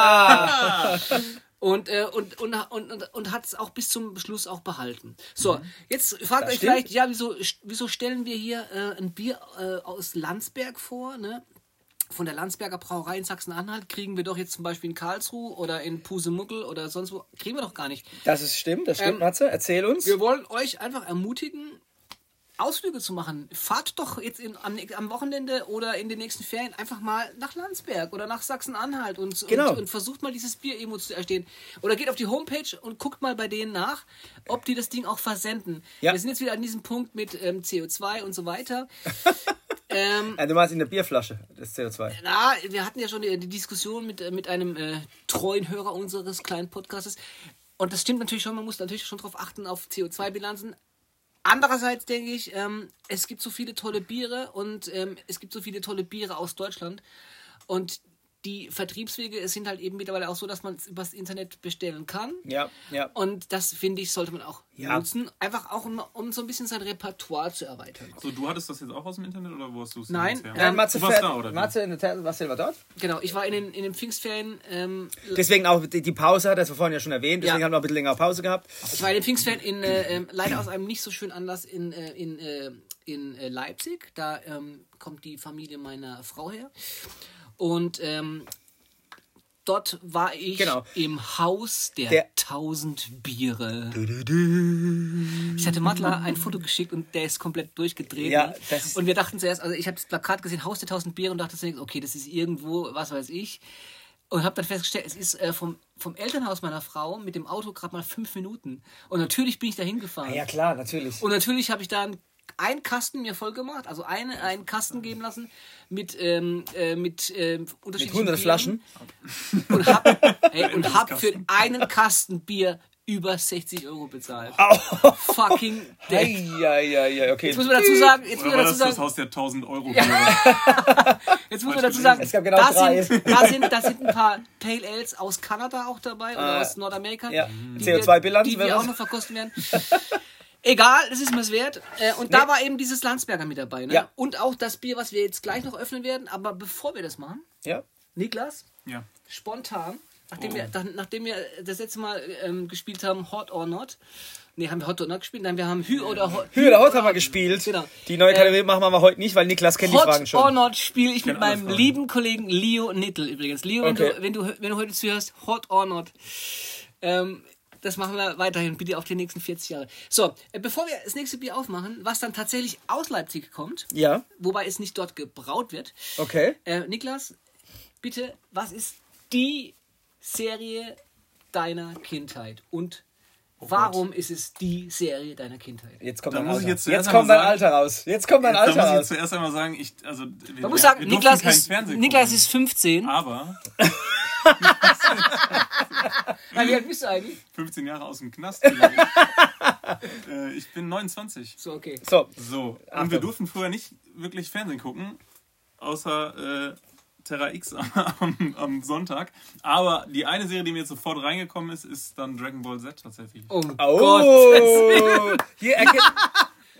ja. ja. Und, äh, und, und, und, und, und hat es auch bis zum Schluss auch behalten. So, jetzt fragt das euch stimmt. vielleicht, ja, wieso, wieso stellen wir hier äh, ein Bier äh, aus Landsberg vor, ne? Von der Landsberger Brauerei in Sachsen-Anhalt kriegen wir doch jetzt zum Beispiel in Karlsruhe oder in Pusemuckel oder sonst wo, kriegen wir doch gar nicht. Das ist stimmt, das stimmt, ähm, Matze. Erzähl uns. Wir wollen euch einfach ermutigen, Ausflüge zu machen. Fahrt doch jetzt in, am, am Wochenende oder in den nächsten Ferien einfach mal nach Landsberg oder nach Sachsen-Anhalt und, genau. und, und versucht mal dieses Bier irgendwo zu erstehen. Oder geht auf die Homepage und guckt mal bei denen nach, ob die das Ding auch versenden. Ja. Wir sind jetzt wieder an diesem Punkt mit ähm, C O zwei und so weiter. ähm, du meinst in der Bierflasche, das C O zwei. Na, wir hatten ja schon die, die Diskussion mit, mit einem äh, treuen Hörer unseres kleinen Podcastes. Und das stimmt natürlich schon, man muss natürlich schon darauf achten, auf C O zwei Bilanzen. Andererseits denke ich, ähm, es gibt so viele tolle Biere und ähm, es gibt so viele tolle Biere aus Deutschland und die Vertriebswege sind halt eben mittlerweile auch so, dass man es übers Internet bestellen kann. Ja, ja. Und das, finde ich, sollte man auch ja. nutzen, einfach auch um, um so ein bisschen sein Repertoire zu erweitern. So, du hattest das jetzt auch aus dem Internet oder wo hast du es? Nein. Ähm, Matze, du warst da, oder? Matze in der warst du dort? Genau, ich war in den, in den Pfingstferien. Ähm, deswegen auch die, die Pause, das wir vorhin ja schon erwähnt, deswegen ja. haben wir ein bisschen länger Pause gehabt. Ich war in den Pfingstferien in, äh, äh, leider aus einem nicht so schönen Anlass in, äh, in, äh, in äh, Leipzig. Da ähm, kommt die Familie meiner Frau her. Und ähm, dort war ich genau. im Haus der, der tausend Biere. Du, du, du. Ich hatte Matla ein Foto geschickt und der ist komplett durchgedreht. Ja, ne? das ist und wir dachten zuerst, also ich habe das Plakat gesehen, Haus der tausend Biere und dachte zuerst, okay, das ist irgendwo, was weiß ich. Und habe dann festgestellt, es ist äh, vom, vom Elternhaus meiner Frau mit dem Auto gerade mal fünf Minuten. Und natürlich bin ich da hingefahren. Ja klar, natürlich. Und natürlich habe ich dann einen Kasten mir voll gemacht, also eine, einen Kasten geben lassen mit, ähm, äh, mit ähm, unterschiedlichen mit hundert Flaschen. Und habe hey, hab für einen Kasten Bier über sechzig Euro bezahlt. Oh. Fucking hey, ja, ja, ja, okay. Jetzt muss man dazu sagen, jetzt Oder muss war man dazu das sagen, das Haus der tausend Euro Biere? Ja. Jetzt muss man dazu sagen, es gab genau da, drei. sind, da, sind, da sind ein paar Pale Ales aus Kanada auch dabei oder äh, aus Nordamerika, ja. die, C O zwei Bilanz, die wir auch noch verkosten werden. Egal, es ist mir's wert. Äh, und nee. da war eben dieses Landsberger mit dabei. Ne? Ja. Und auch das Bier, was wir jetzt gleich noch öffnen werden. Aber bevor wir das machen, ja. Niklas, ja. spontan, nachdem, oh. wir, da, nachdem wir das letzte Mal ähm, gespielt haben, Hot or Not. Ne, haben wir Hot or Not gespielt? Nein, wir haben Hü oder Hot. Hü oder Hot haben wir gespielt. Genau. Die neue Kategorie äh, machen wir aber heute nicht, weil Niklas kennt Hot die Fragen schon. Hot or Not spiele ich mit meinem Fragen. lieben Kollegen Leo Nittel übrigens. Leo, wenn, okay. du, wenn, du, wenn du heute zuhörst, Hot or Not. Ähm, das machen wir weiterhin, bitte auf die nächsten vierzig Jahre. So, äh, bevor wir das nächste Bier aufmachen, was dann tatsächlich aus Leipzig kommt, ja. wobei es nicht dort gebraut wird. Okay. Äh, Niklas, bitte, was ist die Serie deiner Kindheit und oh warum Gott. ist es die Serie deiner Kindheit? Jetzt kommt da dein muss Alter. Ich jetzt jetzt kommt dein sagen, Alter raus. Jetzt kommt dein jetzt, Alter da muss ich raus. zuerst einmal sagen, ich, also, wir, Man muss sagen, wir Niklas, ist, Niklas ist fünfzehn. Aber... Nein, wie alt bist du eigentlich? fünfzehn Jahre aus dem Knast. äh, ich bin neunundzwanzig. So, okay. So. so. Und wir durften früher nicht wirklich Fernsehen gucken, außer äh, Terra X am, am Sonntag. Aber die eine Serie, die mir jetzt sofort reingekommen ist, ist dann Dragon Ball Z tatsächlich. Oh, oh Gott. Hier erkennt...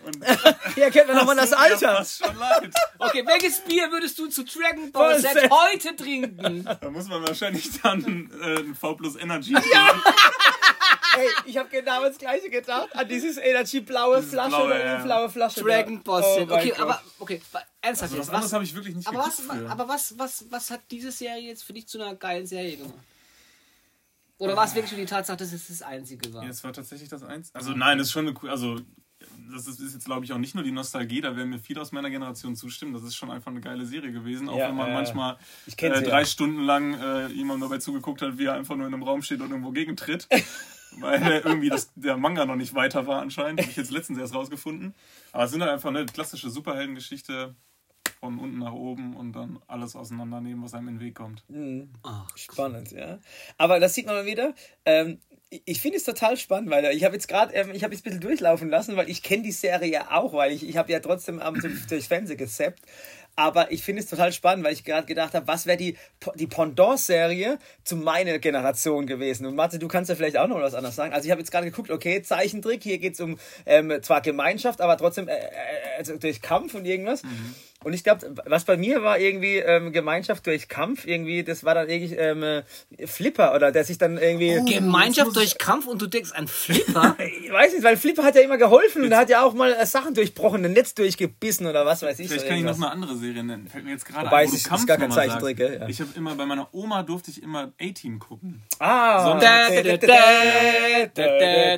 Und Hier kennt man nochmal das Alter. Das schon leid. Okay, welches Bier würdest du zu Dragon Ball Z heute trinken? Da muss man wahrscheinlich dann äh, ein V plus Energy Ja. Ey, ich habe genau das Gleiche gedacht an dieses Energy blaue Flasche blaue, oder ja. die blaue Flasche. Dragon Ball Oh Z. mein Okay, Gott. aber okay, ernsthaft Also jetzt. was anderes Was, habe ich wirklich nicht aber geguckt was, früher. aber was, was, was hat diese Serie jetzt für dich zu einer geilen Serie gemacht? Oder war es wirklich nur die Tatsache, dass es das Einzige war? Ja, es war tatsächlich das eins. Also nein, das ist schon eine cool, also das ist, ist jetzt glaube ich auch nicht nur die Nostalgie, da werden mir viele aus meiner Generation zustimmen. Das ist schon einfach eine geile Serie gewesen, auch Ja, wenn man äh, manchmal ich kenn äh, sie, drei ja. Stunden lang äh, jemandem dabei zugeguckt hat, wie er einfach nur in einem Raum steht und irgendwo gegentritt. Weil irgendwie das, der Manga noch nicht weiter war anscheinend. Habe ich jetzt letztens erst rausgefunden. Aber es sind halt einfach eine klassische Superheldengeschichte von unten nach oben und dann alles auseinandernehmen, was einem in den Weg kommt. Ach, Spannend, ja. Aber das sieht man mal wieder. Ähm, ich finde es total spannend, weil ich habe jetzt gerade, ähm, ich habe jetzt ein bisschen durchlaufen lassen, weil ich kenne die Serie ja auch, weil ich, ich habe ja trotzdem abends durch, durch Fernsehen gezappt. Aber ich finde es total spannend, weil ich gerade gedacht habe, was wäre die, die Pendant-Serie zu meiner Generation gewesen? Und Matze, du kannst ja vielleicht auch noch was anderes sagen. Also ich habe jetzt gerade geguckt, okay, Zeichentrick, hier geht es um ähm, zwar Gemeinschaft, aber trotzdem äh, also durch Kampf und irgendwas. Mhm. Und ich glaube, was bei mir war irgendwie ähm, Gemeinschaft durch Kampf, irgendwie, das war dann irgendwie ähm, Flipper, oder der sich dann irgendwie... Oh, Gemeinschaft durch Kampf und du denkst an Flipper? Ich weiß nicht, weil Flipper hat ja immer geholfen und er hat ja auch mal äh, Sachen durchbrochen, ein Netz durchgebissen oder was weiß ich. Vielleicht so kann ich noch irgendwas. eine andere Serie nennen. Fällt mir jetzt gerade Wobei, ein, es wo ist- du ist Kampf gar kein nochmal Zeichentrick, sagst. ja. Ich habe immer, bei meiner Oma durfte ich immer A-Team gucken. Ah, So- Da, da, da, da, da, da,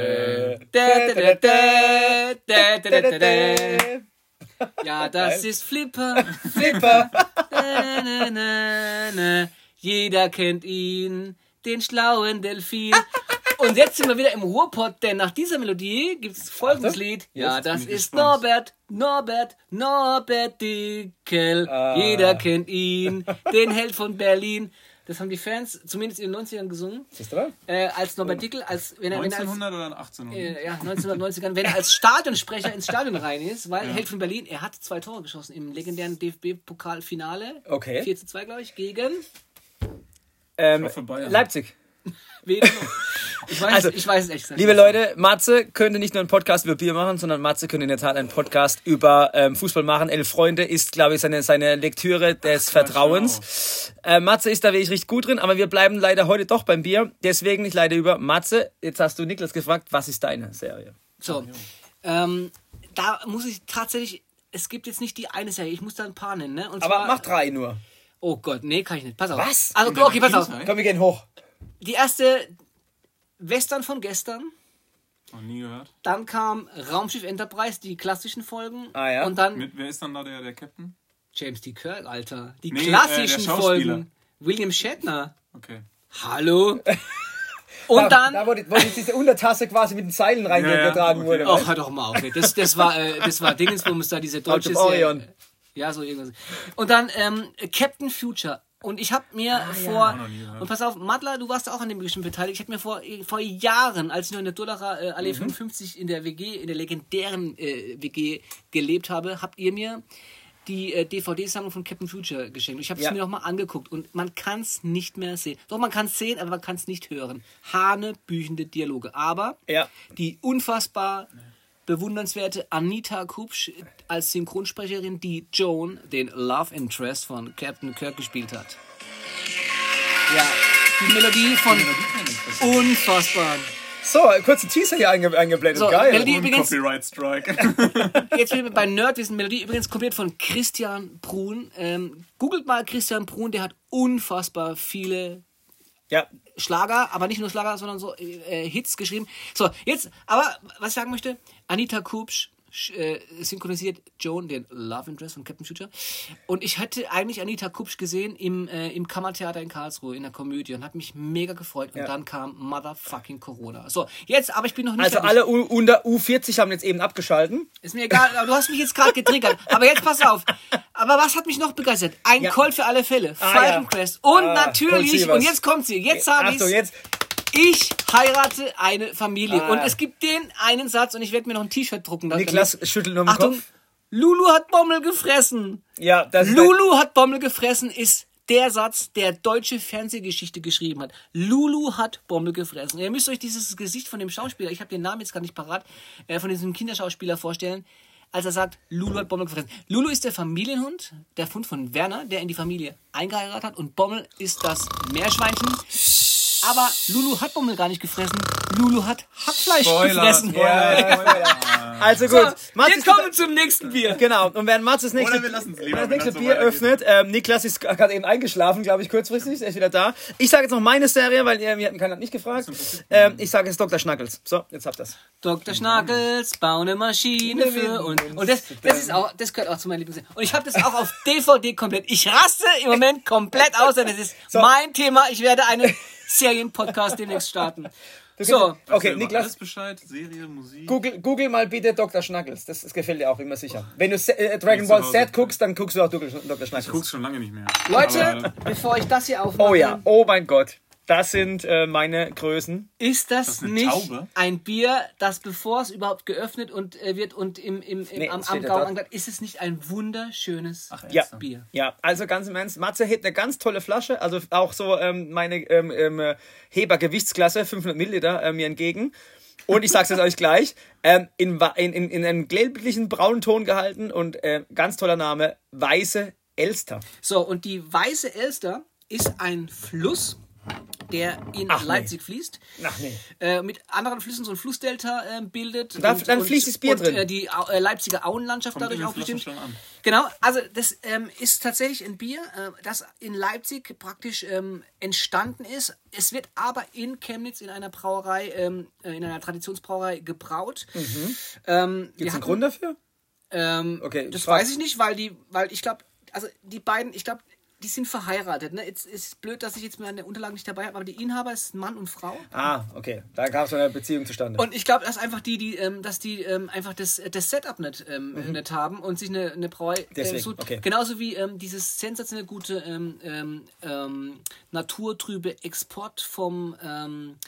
da, da, da, da, da, da, da. Ja, das ist Flipper, Flipper. Na, na, na, na. Jeder kennt ihn, den schlauen Delfin. Und jetzt sind wir wieder im Ruhrpott, denn nach dieser Melodie gibt es folgendes Lied. Ja, das bin ich ist gespannt. Norbert, Norbert, Norbert Dickel. Ah. Jeder kennt ihn, den Held von Berlin. Das haben die Fans zumindest in den neunzigern gesungen. Ist das? Äh, als Norbert Dickel, als wenn er, wenn er als, neunzehnhundert oder achtzehnhundert? äh, ja, neunzehnhundertneunzigern, wenn er als Stadionsprecher ins Stadion rein ist, weil Held von Berlin, er hat zwei Tore geschossen im legendären D F B-Pokalfinale. Okay. vier zu zwei, glaube ich, gegen Ähm, hoffe, Bayern. Leipzig. wen? Ich weiß, Also, ich weiß es echt gesagt. Liebe Leute, Matze könnte nicht nur einen Podcast über Bier machen, sondern Matze könnte in der Tat einen Podcast über ähm, Fußball machen. Elf Freunde ist, glaube ich, seine, seine Lektüre des Vertrauens. Äh, Matze ist da wirklich richtig gut drin, aber wir bleiben leider heute doch beim Bier. Deswegen nicht leider über. Matze, jetzt hast du Niklas gefragt, was ist deine Serie? So, ähm, da muss ich tatsächlich, es gibt jetzt nicht die eine Serie, ich muss da ein paar nennen, ne? Und Aber zwar, mach drei nur. Oh Gott, nee, kann ich nicht. Pass auf. Was? Also, In deiner okay, pass auf. Kindheit? Komm, wir gehen hoch. Die erste Western von gestern. Noch nie gehört. Dann kam Raumschiff Enterprise, die klassischen Folgen. Ah, ja? Und dann Mit, wer ist dann da der, der Captain? James T. Kirk, Alter. Die Nee, klassischen äh, der Schauspieler. Folgen. William Shatner. Okay. Hallo. Und da, dann... Da, wo, die, wo die, diese Untertasse quasi mit den Seilen reingetragen okay. wurde. Ach, hör doch mal auf. ey. Das, das war, äh, das war Dingensbums da, diese deutsche of Orion. Serie. Ja, so irgendwas. Und dann ähm, Captain Future. Und ich habe mir vor... Auch noch nie gehört. Und pass auf, Madler, du warst auch an dem bestimmt beteiligt. Ich habe mir vor, vor Jahren, als ich noch in der Durlacher äh, Allee fünfundfünfzig in der W G, in der legendären äh, W G gelebt habe, habt ihr mir die äh, D V D-Sammlung von Captain Future geschenkt. Ich habe es Ja. mir nochmal angeguckt und man kann es nicht mehr sehen. Doch, man kann es sehen, aber man kann es nicht hören. Hanebüchende Dialoge. Aber Ja. die unfassbar bewundernswerte Anita Kupsch als Synchronsprecherin, die Joan, den Love Interest von Captain Kirk, gespielt hat. Ja, die Melodie von unfassbar. So, kurze Teaser hier einge eingeblendet. So, Geil. Melodie- Und Übrigens- Copyright Strike. Jetzt sind wir bei Nerdwissen. Melodie übrigens komplett von Christian Bruhn. Ähm, googelt mal Christian Bruhn, der hat unfassbar viele Ja, Schlager, aber nicht nur Schlager, sondern so äh, Hits geschrieben. So, jetzt, aber was ich sagen möchte, Anita Kupsch sch- äh, synchronisiert Joan, den Love Interest von Captain Future. Und ich hatte eigentlich Anita Kupsch gesehen im, äh, im Kammertheater in Karlsruhe in der Komödie und hat mich mega gefreut. Und Ja. dann kam Motherfucking Corona. So, jetzt, aber ich bin noch nicht also fertig. alle U unter U vierzig haben jetzt eben abgeschalten. Ist mir egal, aber du hast mich jetzt gerade getriggert. Aber jetzt pass auf. Aber was hat mich noch begeistert? Ein Ja. Colt für alle Fälle. Ah, Falcon ja. Quest. Und Ah, natürlich, Colt Sievers. und jetzt kommt sie. Jetzt sage Achtung, ich jetzt. ich heirate eine Familie. Ah. Und es gibt den einen Satz und ich werde mir noch ein T-Shirt drucken. damit- Niklas schüttelt nur den Achtung, Kopf. Lulu hat Bommel gefressen. Ja, das ist Lulu hat Bommel gefressen ist der Satz, der deutsche Fernsehgeschichte geschrieben hat. Lulu hat Bommel gefressen. Ihr müsst euch dieses Gesicht von dem Schauspieler, ich habe den Namen jetzt gar nicht parat, äh, von diesem Kinderschauspieler vorstellen, als er sagt, Lulu hat Bommel gefressen. Lulu ist der Familienhund, der Hund von Werner, der in die Familie eingeheiratet hat, und Bommel ist das Meerschweinchen. Aber Lulu hat Bommel gar nicht gefressen. Lulu hat Hackfleisch Spoiler, gefressen. Spoiler, Spoiler. Also So, gut. Mats wir kommen zum nächsten Bier. Genau, und während Mats das nächste, Oder wir lassen's lieber, das wenn nächste das so Bier weitergeht. öffnet, ähm, Niklas ist gerade eben eingeschlafen, glaube ich, kurzfristig, er ist wieder da. Ich sage jetzt noch meine Serie, weil äh, wir hatten keiner nicht gefragt. Ähm, ich sage jetzt Doktor Schnackels. So, jetzt habt ihr's. Doktor Schnackels, bau eine Maschine für und und das, das ist auch, das gehört auch zu meinen Lieblings. Und ich habe das auch auf D V D komplett. Ich raste im Moment komplett aus, denn das ist mein Thema. Ich werde einen Serienpodcast demnächst starten. So, Okay, Über Niklas, alles Bescheid, Serie, Musik. Google, Google mal bitte Doktor Schnackels. Das, das gefällt dir auch immer sicher. Wenn du Se- äh, Dragon Ball Z guckst, dann guckst du auch Doktor Ich Schnackels. guck's schon lange nicht mehr. Leute, Aber bevor ich das hier aufmache, Oh ja, oh mein Gott. Das sind äh, meine Größen. ist das, ist eine nicht Taube? ein Bier, das bevor es überhaupt geöffnet und äh, wird und im, im, im, Nee, am, es am steht ja Gaumen dort. angelangt, ist es nicht ein wunderschönes Ja, Bier? ja, also ganz im Ernst, Matze hat eine ganz tolle Flasche, also auch so ähm, meine ähm, ähm, äh, Heber-Gewichtsklasse, fünfhundert Milliliter, äh, mir entgegen. Und ich sag's jetzt euch gleich, ähm, in, wa- in, in, in einem gelblichen braunen Ton gehalten und äh, ganz toller Name, Weiße Elster. So, und die Weiße Elster ist ein Fluss, der in Ach, nee. Leipzig fließt, Ach nee. äh, mit anderen Flüssen so ein Flussdelta äh, bildet. Da- dann fließt das Bier und, drin. Äh, die Au- äh, Leipziger Auenlandschaft Kommt dadurch in den auch bestimmt. Flaschen schon an. Genau, also das ähm, ist tatsächlich ein Bier, äh, das in Leipzig praktisch ähm, entstanden ist. Es wird aber in Chemnitz in einer Brauerei, ähm, äh, in einer Traditionsbrauerei gebraut. Ähm, wir Gibt's einen hatten- Grund dafür? ähm, Okay, das ich frag- weiß ich nicht, weil die, weil ich glaube, also die beiden, ich glaube, die sind verheiratet. Ne? Jetzt ist es blöd, dass ich jetzt meine Unterlagen nicht dabei habe, aber die Inhaber ist Mann und Frau. Ah, okay. Da gab es eine Beziehung zustande. Und ich glaube, dass einfach die, die, ähm, dass die ähm, einfach das, das Setup nicht, ähm, nicht haben und sich eine, eine Brauerei äh, Deswegen, suchen. okay. Genauso wie ähm, dieses sensationell gute ähm, ähm, ähm, naturtrübe Export vom, ähm,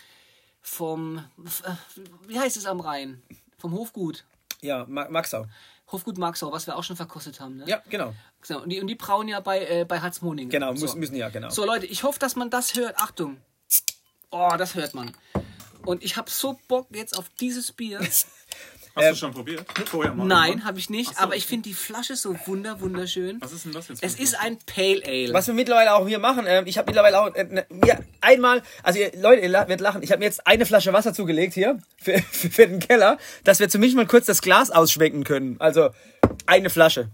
vom, äh, wie heißt es am Rhein? Vom Hofgut. ja, Ma- Maxau. Hofgut Marxau, was wir auch schon verkostet haben. Ne? Ja, genau. So, und, die, und die brauen ja bei, äh, bei Hatzmoning. Genau, so. müssen, müssen ja, genau. So, Leute, ich hoffe, dass man das hört. Achtung. Oh, das hört man. Und ich habe so Bock jetzt auf dieses Bier. Hast Ähm, du schon probiert? Vorher mal. Nein, irgendwann? habe ich nicht. so, aber ich okay. finde die Flasche so wunder, wunderschön. Was ist denn das jetzt? Es für ist ein ein Pale Ale. Was wir mittlerweile auch hier machen, ähm, ich habe mittlerweile auch äh, ne, mir einmal, also ihr, Leute, ihr la- werdet lachen, ich habe mir jetzt eine Flasche Wasser zugelegt hier für, für, für den Keller, dass wir zumindest mal kurz das Glas ausschwenken können. Also eine Flasche.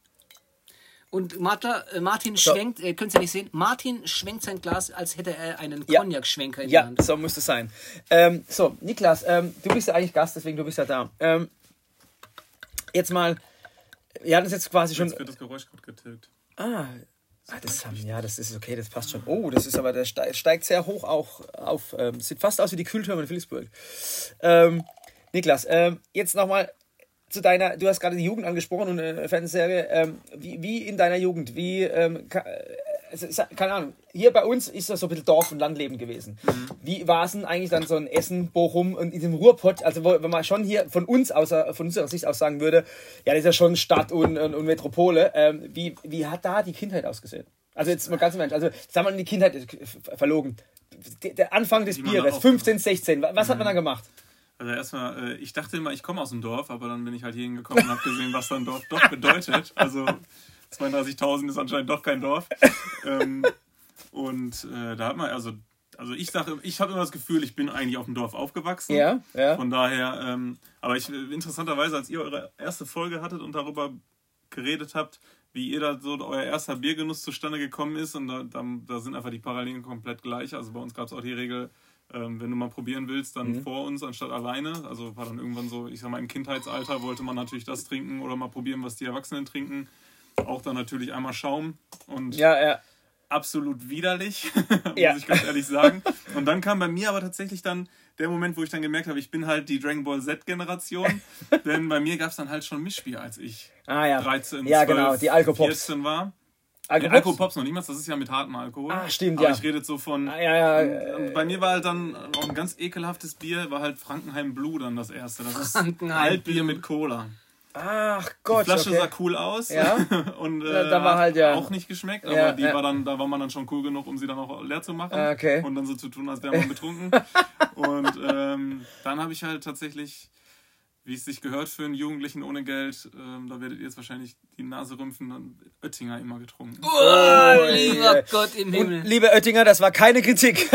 Und Martha, äh, Martin schwenkt, ihr könnt es ja nicht sehen, Martin schwenkt sein Glas, als hätte er einen Ja. Cognac-Schwenker in der Ja, Hand. so muss es sein. Ähm, so, Niklas, ähm, du bist ja eigentlich Gast, deswegen du bist ja da. Ähm, jetzt mal, wir hatten es jetzt quasi schon. Jetzt wird das Geräusch gerade getilgt. Ah, ah, das haben, ja, das ist okay, das passt schon. Oh, das ist aber, der ste- steigt sehr hoch auch auf. Ähm, sieht fast aus wie die Kühltürme in Philipsburg. Ähm, Niklas, ähm, jetzt nochmal zu deiner, du hast gerade die Jugend angesprochen und eine Fernsehserie. Ähm, wie, wie in deiner Jugend, wie, ähm, ka- äh, es ist, keine Ahnung, hier bei uns ist das so ein bisschen Dorf- und Landleben gewesen. Wie war es denn eigentlich dann so ein Essen, Bochum und in dem Ruhrpott, also wo, wenn man schon hier von uns aus, von unserer Sicht aus sagen würde, ja, das ist ja schon Stadt und, und, und Metropole, ähm, wie, wie hat da die Kindheit ausgesehen? Also jetzt mal ganz im Ernst, also sagen wir mal, die Kindheit ist verlogen. Der der Anfang des Wie man Bieres, da fünfzehn, sechzehn, was hat man da gemacht? Also erstmal, äh, ich dachte immer, ich komme aus dem Dorf, aber dann bin ich halt hier hingekommen und habe gesehen, was dann Dorf doch bedeutet. Also zweiunddreißigtausend ist anscheinend doch kein Dorf. ähm, und äh, da hat man, also, also ich sage, ich habe immer das Gefühl, ich bin eigentlich auf dem Dorf aufgewachsen. Ja, ja. Von daher, ähm, aber ich interessanterweise, als ihr eure erste Folge hattet und darüber geredet habt, wie ihr da so euer erster Biergenuss zustande gekommen ist, und da, da, da sind einfach die Parallelen komplett gleich. Also bei uns gab es auch die Regel, ähm, wenn du mal probieren willst, dann Mhm. vor uns anstatt alleine. Also war dann irgendwann so, ich sag mal, im Kindheitsalter wollte man natürlich das trinken oder mal probieren, was die Erwachsenen trinken. Auch dann natürlich einmal Schaum und Ja, ja. absolut widerlich, Ja. muss ich ganz ehrlich sagen. Und dann kam bei mir aber tatsächlich dann der Moment, wo ich dann gemerkt habe, ich bin halt die Dragon Ball Z-Generation. Denn bei mir gab es dann halt schon Mischbier, als ich Ah, ja. dreizehn, Ja, zwölf, genau, die Alkopops. vierzehn war. Alkopops? Ja, Alkopops noch niemals, das ist ja mit hartem Alkohol. Ah, stimmt, aber ja. ich rede so von... Ah, ja, ja. Und bei mir war halt dann auch ein ganz ekelhaftes Bier, war halt Frankenheim Blue dann das erste. Das ist Frankenheim Altbier mit Cola. Ach Gott, Die Flasche okay. sah cool aus Ja. und äh, Ja, da war halt, ja. auch nicht geschmeckt, aber Ja, die ja. war dann, da war man dann schon cool genug, um sie dann auch leer zu machen Okay. und dann so zu tun, als wäre man betrunken. Und ähm, dann habe ich halt tatsächlich, wie es sich gehört für einen Jugendlichen ohne Geld, ähm, da werdet ihr jetzt wahrscheinlich die Nase rümpfen, dann Oettinger immer getrunken. Oh, lieber Gott im Himmel. Und, liebe Oettinger, das war keine Kritik.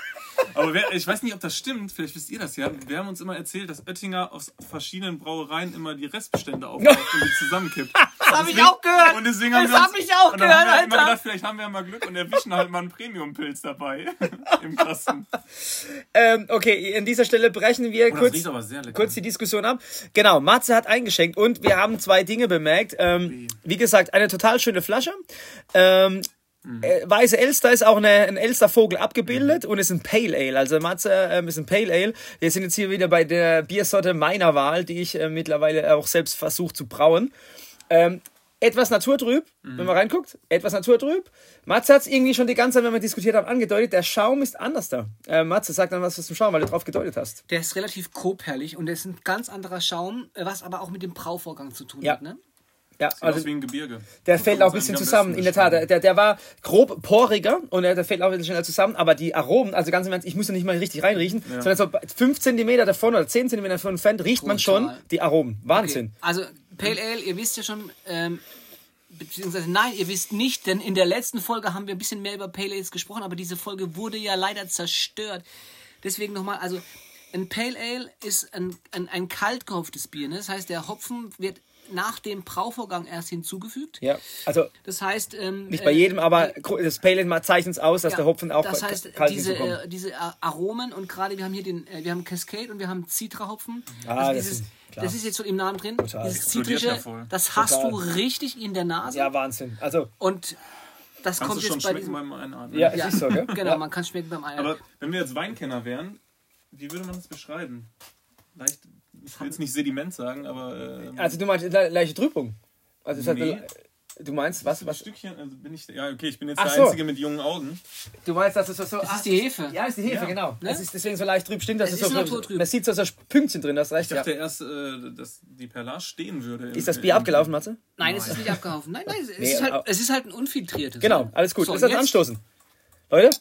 Aber wer, ich weiß nicht, ob das stimmt, vielleicht wisst ihr das ja. Wir haben uns immer erzählt, dass Oettinger aus verschiedenen Brauereien immer die Restbestände aufkauft und die zusammenkippt. Das habe ich auch gehört. Und deswegen haben das wir uns, habe ich auch und dann gehört, haben wir immer Alter. gedacht, vielleicht haben wir ja mal Glück und erwischen halt mal einen Premium-Pilz dabei im Kasten. ähm, okay, an dieser Stelle brechen wir Oh, das kurz, riecht aber sehr lecker. kurz die Diskussion ab. Genau, Matze hat eingeschenkt und wir haben zwei Dinge bemerkt. Ähm, wie gesagt, eine total schöne Flasche. Ähm, Äh, weiße Elster ist auch eine, ein Elstervogel abgebildet mhm. und ist ein Pale Ale. Also Matze ähm, ist ein Pale Ale. Wir sind jetzt hier wieder bei der Biersorte meiner Wahl, die ich äh, mittlerweile auch selbst versuche zu brauen. Ähm, etwas naturtrüb, mhm. wenn man reinguckt. Etwas naturtrüb. Matze hat es irgendwie schon die ganze Zeit, wenn wir diskutiert haben, angedeutet. Der Schaum ist anders da. Äh, Matze, sag dann was zum Schaum, weil du drauf gedeutet hast. Der ist relativ grobherrlich und der ist ein ganz anderer Schaum, was aber auch mit dem Brauvorgang zu tun Ja. hat, ne? Ja, Sieht also aus wie ein Gebirge. der fällt auch ein bisschen zusammen, in der Tat. Der, der, der war grob poriger und der, der fällt auch ein bisschen schneller zusammen, aber die Aromen, also ganz im Ernst, ich muss ja nicht mal richtig reinriechen, ja. sondern so fünf Zentimeter davon oder zehn Zentimeter davon entfernt riecht Total. man schon die Aromen. Wahnsinn. Okay. Also Pale Ale, ihr wisst ja schon, ähm, beziehungsweise nein, ihr wisst nicht, denn in der letzten Folge haben wir ein bisschen mehr über Pale Ales gesprochen, aber diese Folge wurde ja leider zerstört. Deswegen nochmal, also ein Pale Ale ist ein, ein, ein kalt gehopftes Bier, ne? Das heißt, der Hopfen wird nach dem Brauvorgang erst hinzugefügt. Ja, also das heißt, ähm, nicht bei jedem, aber das Pale Ale zeichnet es aus, dass ja, der Hopfen auch das heißt, kalt diese, hinzukommt. äh, diese Aromen und gerade wir haben hier den, äh, wir haben Cascade und wir haben Citra-Hopfen. Ah, also das dieses, ist klar. das ist jetzt so im Namen drin. Total. Dieses Explodiert Zitrische, ja voll. das hast Total. du richtig in der Nase. Ja, Wahnsinn. Also Und das Kannst kommt du schon jetzt bei schmecken diesem. beim Einatmen. ja, es Ja, ist so, gell? genau, Ja. man kann schmecken beim Eier. Aber wenn wir jetzt Weinkenner wären, wie würde man das beschreiben? Leicht, ich will jetzt nicht Sediment sagen, aber... Ähm, Also du meinst le leichte Trübung? Also es Nee. hat, du meinst was? ein was? Stückchen, also bin ich... Ja, okay, ich bin jetzt Ach der so. Einzige mit jungen Augen. Du meinst, dass es so... so das ist die Hefe. Ja, ist die Hefe, Ja. genau. Ne? Es ist deswegen so leicht trüb. Stimmt, das Es ist ist so... naturtrüb. Man sieht so, so Pünktchen drin, das recht. Ich dachte Ja. erst, äh, dass die Perlage stehen würde. Ist das Bier abgelaufen, Matze? Nein, es ist nicht abgehaufen. Nein, nein, es, Nee, ist, aber- halt, es ist halt ein unfiltriertes. Genau, ne? alles gut. So, Lass uns jetzt- anstoßen. Leute?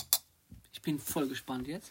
Ich bin voll gespannt jetzt.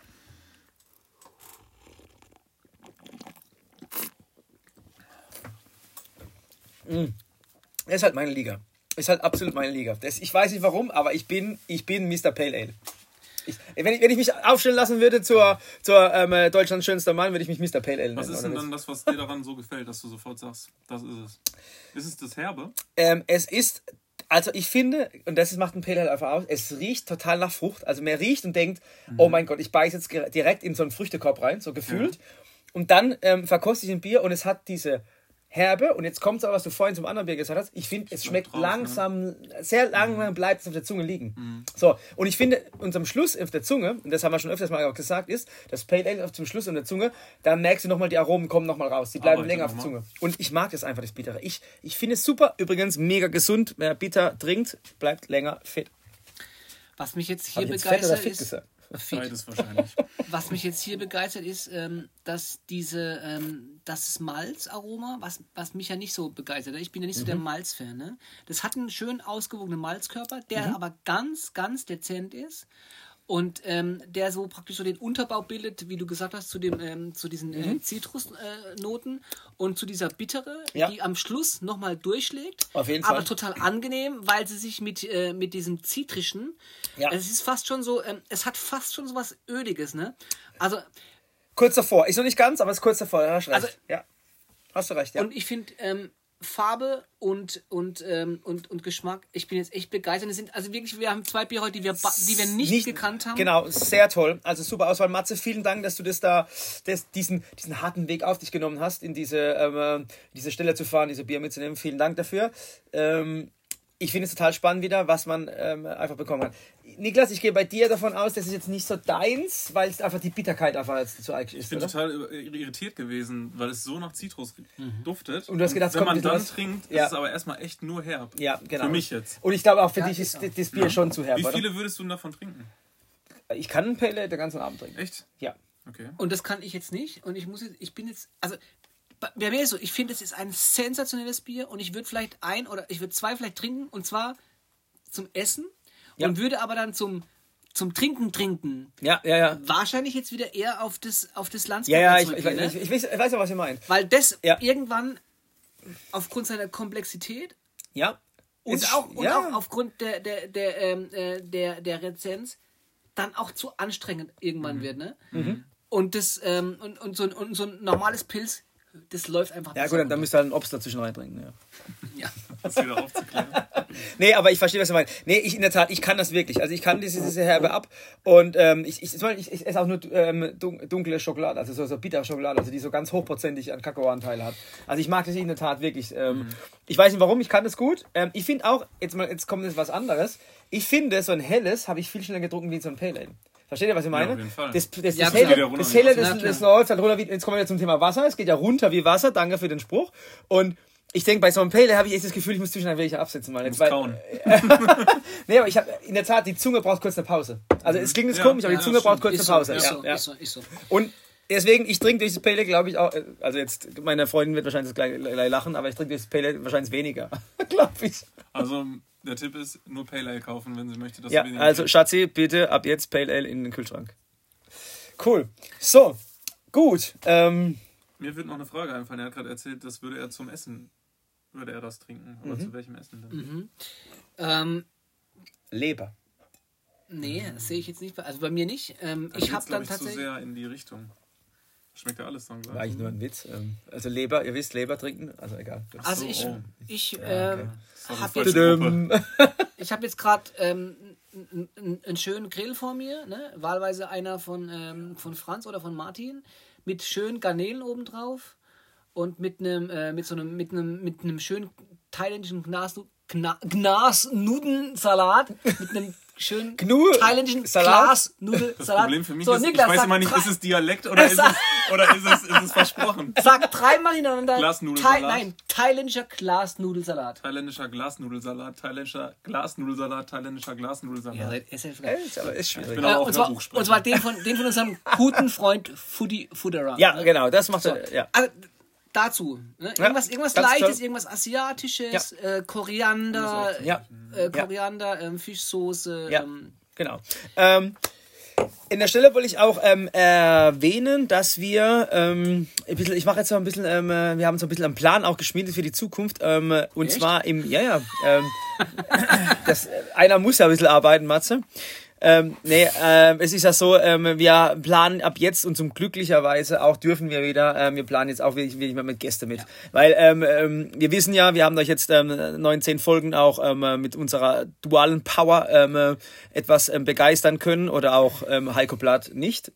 Das ist halt meine Liga. Ist halt absolut meine Liga. Das, ich weiß nicht warum, aber ich bin, ich bin Mister Pale Ale. Ich, wenn, ich, wenn ich mich aufstellen lassen würde zur, zur ähm, Deutschlands schönster Mann, würde ich mich Mister Pale Ale nennen. Was ist oder denn nicht? dann das, was dir daran so gefällt, dass du sofort sagst, das ist es? Ist es das Herbe? Ähm, es ist, also ich finde, und das macht ein Pale Ale einfach aus, es riecht total nach Frucht. Also man riecht und denkt, Mhm. oh mein Gott, ich beiße jetzt ge- direkt in so einen Früchtekorb rein, so gefühlt. Und dann ähm, verkoste ich ein Bier und es hat diese Herbe, und jetzt kommt es auch, was du vorhin zum anderen Bier gesagt hast, ich finde, es schmeckt drauf, langsam, sehr langsam bleibt es auf der Zunge liegen. Mhm. So, und ich finde, unterm Schluss auf der Zunge, und das haben wir schon öfters mal auch gesagt, ist, das Pale Ale auf zum Schluss an der Zunge, da merkst du nochmal, die Aromen kommen nochmal raus, die bleiben Arbeitet länger auf der noch Zunge. Und ich mag das einfach, das Bittere. Ich, ich finde es super, übrigens mega gesund, wer bitter trinkt, bleibt länger fit. Was mich jetzt Hab hier ich jetzt fett oder begeistert fit ist. gesagt? Fit. Beides wahrscheinlich. Was mich jetzt hier begeistert ist, ähm, dass diese, ähm, das Malzaroma, was, was mich ja nicht so begeistert, ich bin ja nicht so der Malzfan, ne? Das hat einen schön ausgewogenen Malzkörper, der aber ganz, ganz dezent ist und ähm, der so praktisch so den Unterbau bildet, wie du gesagt hast, zu, dem, ähm, zu diesen äh, Zitrusnoten und zu dieser Bittere, Ja. die am Schluss nochmal durchschlägt. Auf jeden aber Fall. total angenehm, weil sie sich mit, äh, mit diesem Zitrischen, Ja. es ist fast schon so, ähm, es hat fast schon so was Öliges, ne? Also, Kurz davor, ist noch nicht ganz, aber es ist kurz davor, hast recht. Also- ja. Hast du recht, ja. und ich finde ähm, Farbe und, und, ähm, und, und Geschmack, ich bin jetzt echt begeistert. Es sind also wirklich, wir haben zwei Bier heute, die wir, ba- die wir nicht, gekannt haben. Genau, sehr toll. Also super Auswahl. Matze, vielen Dank, dass du das da, das, diesen, diesen harten Weg auf dich genommen hast, in diese, ähm, diese Stelle zu fahren, diese Bier mitzunehmen. Vielen Dank dafür. Ähm, ich finde es total spannend wieder, was man ähm, einfach bekommen kann. Niklas, ich gehe bei dir davon aus, das ist jetzt nicht so deins, weil es einfach die Bitterkeit einfach jetzt zu eilig Ich ist, bin oder? total irritiert gewesen, weil es so nach Zitrus duftet. Und du hast gedacht, es wenn kommt man ein dann bisschen was- trinkt, Ja. ist es aber erstmal echt nur herb. Ja, genau. Für mich jetzt. Und ich glaube auch für Ja, dich ist ist auch. das Bier schon zu herb, Wie oder? viele würdest du denn davon trinken? Ich kann ein Pale Ale den ganzen Abend trinken. Echt? Ja. Okay. Und das kann ich jetzt nicht. Und ich muss jetzt, ich bin jetzt, also bei mir ist so, ich finde, es ist ein sensationelles Bier und ich würde vielleicht ein oder ich würde zwei vielleicht trinken und zwar zum Essen ja. und würde aber dann zum, zum Trinken trinken. Ja, ja, ja. Wahrscheinlich jetzt wieder eher auf das, auf das Landsberg. Ja, ja, ich, ich, ne? ich, ich, weiß, ich weiß ja, was ihr meint. Weil das ja. irgendwann aufgrund seiner Komplexität ja. und, ist, auch, und ja. auch aufgrund der, der, der, ähm, der, der Rezenz dann auch zu anstrengend irgendwann mhm. wird. Ne? Mhm. Und, das, ähm, und, und, so ein, und so ein normales Pilz, das läuft einfach. Ja gut, dann, dann müsst ihr halt einen Obst dazwischen reinbringen. Ja. Ja. Das wieder aufzuklären. Nee, aber ich verstehe, was du meinst. Nee, ich in der Tat, ich kann das wirklich. Also ich kann diese, diese Herbe ab und ähm, ich, ich, ich, ich esse auch nur ähm, dunkle Schokolade, also so, so Bitterschokolade, also die so ganz hochprozentig an Kakaoanteil hat. Also ich mag das in der Tat wirklich. Ähm, mhm. Ich weiß nicht warum, ich kann das gut. Ähm, ich finde auch, jetzt mal, jetzt kommt jetzt was anderes. Ich finde, so ein helles habe ich viel schneller getrunken wie so ein Pale Ale. Versteht ihr, was ich meine? Ja, auf jeden Fall. Das, das, ja, das, Helle, das, Helle, das, das läuft halt runter wie, jetzt kommen wir wieder zum Thema Wasser. Es geht ja runter wie Wasser, danke für den Spruch. Und ich denke, bei so einem Pale habe ich echt das Gefühl, ich muss zwischendurch welche absetzen. Mal. Jetzt, weil, kauen. Nee, aber ich habe in der Tat, die Zunge braucht kurz eine Pause. Also es klingt jetzt ja, komisch, aber ja, die Zunge braucht kurz eine Pause. Ist so, ja, ist so, ist so. Und deswegen, ich trinke durch das Pale, glaube ich auch, also jetzt, meine Freundin wird wahrscheinlich das gleich, gleich lachen, aber ich trinke durch das Pale wahrscheinlich weniger. Glaube ich. Also der Tipp ist, nur Pale Ale kaufen, wenn sie möchte. Dass ja, sie also kriegt. Schatzi, bitte ab jetzt Pale Ale in den Kühlschrank. Cool. So, gut. Ähm, Mir wird noch eine Frage einfallen. Er hat gerade erzählt, das würde er zum Essen, würde er das trinken. Aber mhm. zu welchem Essen denn? Mhm. Ähm, Leber. Nee, das sehe ich jetzt nicht. Also bei mir nicht. Ähm, also ich habe dann ich tatsächlich... zu sehr in die Richtung. Schmeckt ja alles dann gleich. War eigentlich nur ein Witz. Also Leber, ihr wisst, Leber trinken, also egal. Also so, ich, oh. ich ja, ähm, okay. habe jetzt, ich hab jetzt gerade ähm, einen schönen Grill vor mir, ne? Wahlweise einer von, ähm, von Franz oder von Martin, mit schönen Garnelen obendrauf und mit einem äh, mit so einem mit einem mit einem schönen thailändischen Gnas, Gna, Gnas-Nudelsalat mit einem schönen Gnu thailändischen Glas-Nudelsalat. Das Problem für mich so, ist, Niklas, ich weiß immer nicht, ist es Dialekt oder, ist es, oder ist, es, ist es versprochen? Sag dreimal hintereinander. Glasnudelsalat. Thai, nein, thailändischer Glasnudelsalat. Thailändischer Glasnudelsalat, thailändischer Glasnudelsalat, thailändischer Glasnudelsalat. Ja, ist ja ist aber ist schwierig. Ich bin äh, aber auch und, zwar, und zwar den von, den von unserem guten Freund Foodie Fooderer. Ja, ne? Genau, das macht so. er. Ja. Also, dazu. Ne? Irgendwas, irgendwas Leichtes, toll. irgendwas Asiatisches, ja. äh, Koriander, ja. äh, Koriander, ähm, Fischsoße. Ja, ähm, genau. Ähm, in der Stelle wollte ich auch ähm, erwähnen, dass wir, ähm, ein bisschen, ich mache jetzt noch ein bisschen, ähm, wir haben so ein bisschen einen Plan auch geschmiedet für die Zukunft. Ähm, und Echt? zwar im, ja, ja, ähm, das, einer muss ja ein bisschen arbeiten, Matze. Ähm, nee, äh, es ist ja so, ähm, wir planen ab jetzt und zum glücklicherweise auch dürfen wir wieder, ähm, wir planen jetzt auch wirklich, wirklich mal mit Gästen mit. Ja. Weil ähm, ähm, wir wissen ja, wir haben euch jetzt ähm, neunzehn Folgen auch ähm, mit unserer dualen Power ähm, etwas ähm, begeistern können oder auch ähm, Heiko Blatt nicht.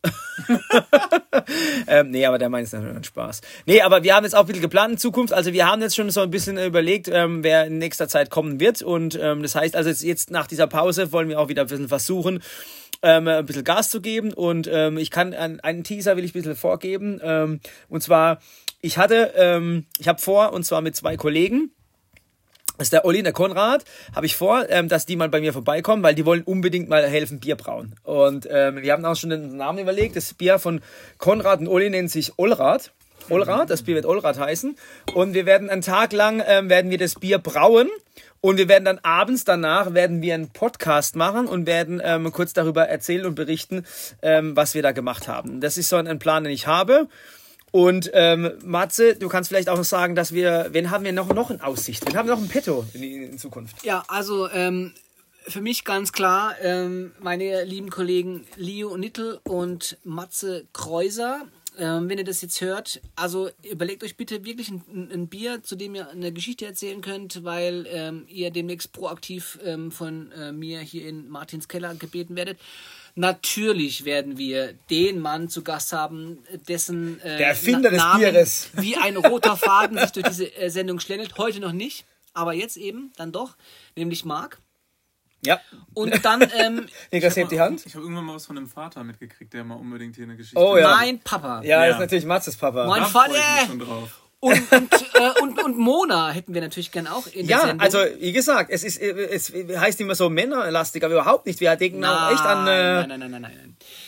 ähm, nee, aber der meint es natürlich ein Spaß. Nee, aber wir haben jetzt auch ein bisschen geplant in Zukunft, also wir haben jetzt schon so ein bisschen überlegt, ähm, wer in nächster Zeit kommen wird und ähm, das heißt, also jetzt, jetzt nach dieser Pause wollen wir auch wieder ein bisschen versuchen, Ähm, ein bisschen Gas zu geben und ähm, ich kann einen, einen Teaser will ich ein bisschen vorgeben ähm, und zwar ich hatte ähm, ich habe vor und zwar mit zwei Kollegen, das ist der Olli und der Konrad, habe ich vor, ähm, dass die mal bei mir vorbeikommen, weil die wollen unbedingt mal helfen Bier brauen und ähm, wir haben auch schon den Namen überlegt, das Bier von Konrad und Olli nennt sich Olrad. Olrad, das Bier wird Olrad heißen und wir werden einen Tag lang ähm, werden wir das Bier brauen und wir werden dann abends danach werden wir einen Podcast machen und werden ähm, kurz darüber erzählen und berichten, ähm, was wir da gemacht haben. Das ist so ein, ein Plan, den ich habe. Und ähm, Matze, du kannst vielleicht auch noch sagen, dass wir, wen haben wir noch, noch in Aussicht? Wen haben wir noch ein Petto in, in Zukunft? Ja, also ähm, für mich ganz klar, ähm, meine lieben Kollegen Leo Nittel und Matze Kreuser. Ähm, wenn ihr das jetzt hört, also überlegt euch bitte wirklich ein, ein Bier, zu dem ihr eine Geschichte erzählen könnt, weil ähm, ihr demnächst proaktiv ähm, von äh, mir hier in Martins Keller gebeten werdet. Natürlich werden wir den Mann zu Gast haben, dessen äh, Der Erfinder des Namen Bieres wie ein roter Faden sich durch diese äh, Sendung schlängelt. Heute noch nicht, aber jetzt eben, dann doch, nämlich Marc. Ja. Und dann, ähm, Niklas, hebt die Hand. Ich habe irgendwann mal was von einem Vater mitgekriegt, der mal unbedingt hier eine Geschichte Oh, ja. Mein Papa. Ja, Ja. das ist natürlich Matzes Papa. Mein Da Vater. freue ich mich schon drauf. Und, und, äh, und, und Mona hätten wir natürlich gern auch in der Ja, Sendung. also wie gesagt, es ist es heißt immer so männerlastig, aber überhaupt nicht. Wir denken auch echt an... Äh, nein, nein, nein, nein, nein.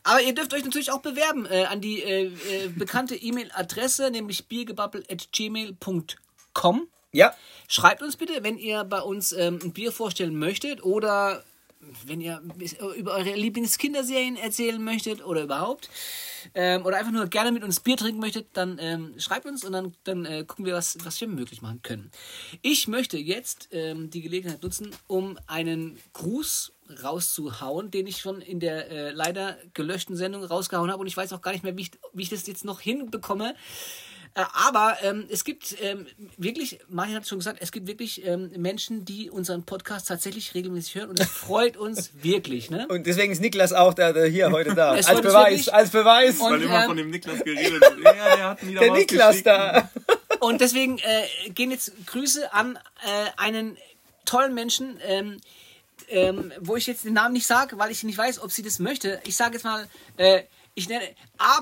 Aber ihr dürft euch natürlich auch bewerben äh, an die äh, äh, bekannte E-Mail-Adresse, nämlich biergebabbel at gmail punkt com. Ja. Schreibt uns bitte, wenn ihr bei uns ähm, ein Bier vorstellen möchtet oder wenn ihr über eure Lieblingskinderserien erzählen möchtet oder überhaupt. Ähm, oder einfach nur gerne mit uns Bier trinken möchtet, dann ähm, schreibt uns und dann, dann äh, gucken wir, was, was wir möglich machen können. Ich möchte jetzt ähm, die Gelegenheit nutzen, um einen Gruß rauszuhauen, den ich schon in der äh, leider gelöschten Sendung rausgehauen habe und ich weiß auch gar nicht mehr, wie ich, wie ich das jetzt noch hinbekomme. Äh, aber ähm, es gibt ähm, wirklich, Martin hat schon gesagt, es gibt wirklich ähm, Menschen, die unseren Podcast tatsächlich regelmäßig hören und es freut uns wirklich. Ne? Und deswegen ist Niklas auch da, der hier heute da. Es als freut uns Beweis, wirklich. als Beweis. Weil Und, immer ähm, von dem Niklas geredet wird. Ja, der hat wieder Der was Niklas geschickt. da. Und deswegen äh, gehen jetzt Grüße an äh, einen tollen Menschen, ähm, ähm, wo ich jetzt den Namen nicht sage, weil ich nicht weiß, ob sie das möchte. Ich sage jetzt mal, äh, ich nenne A.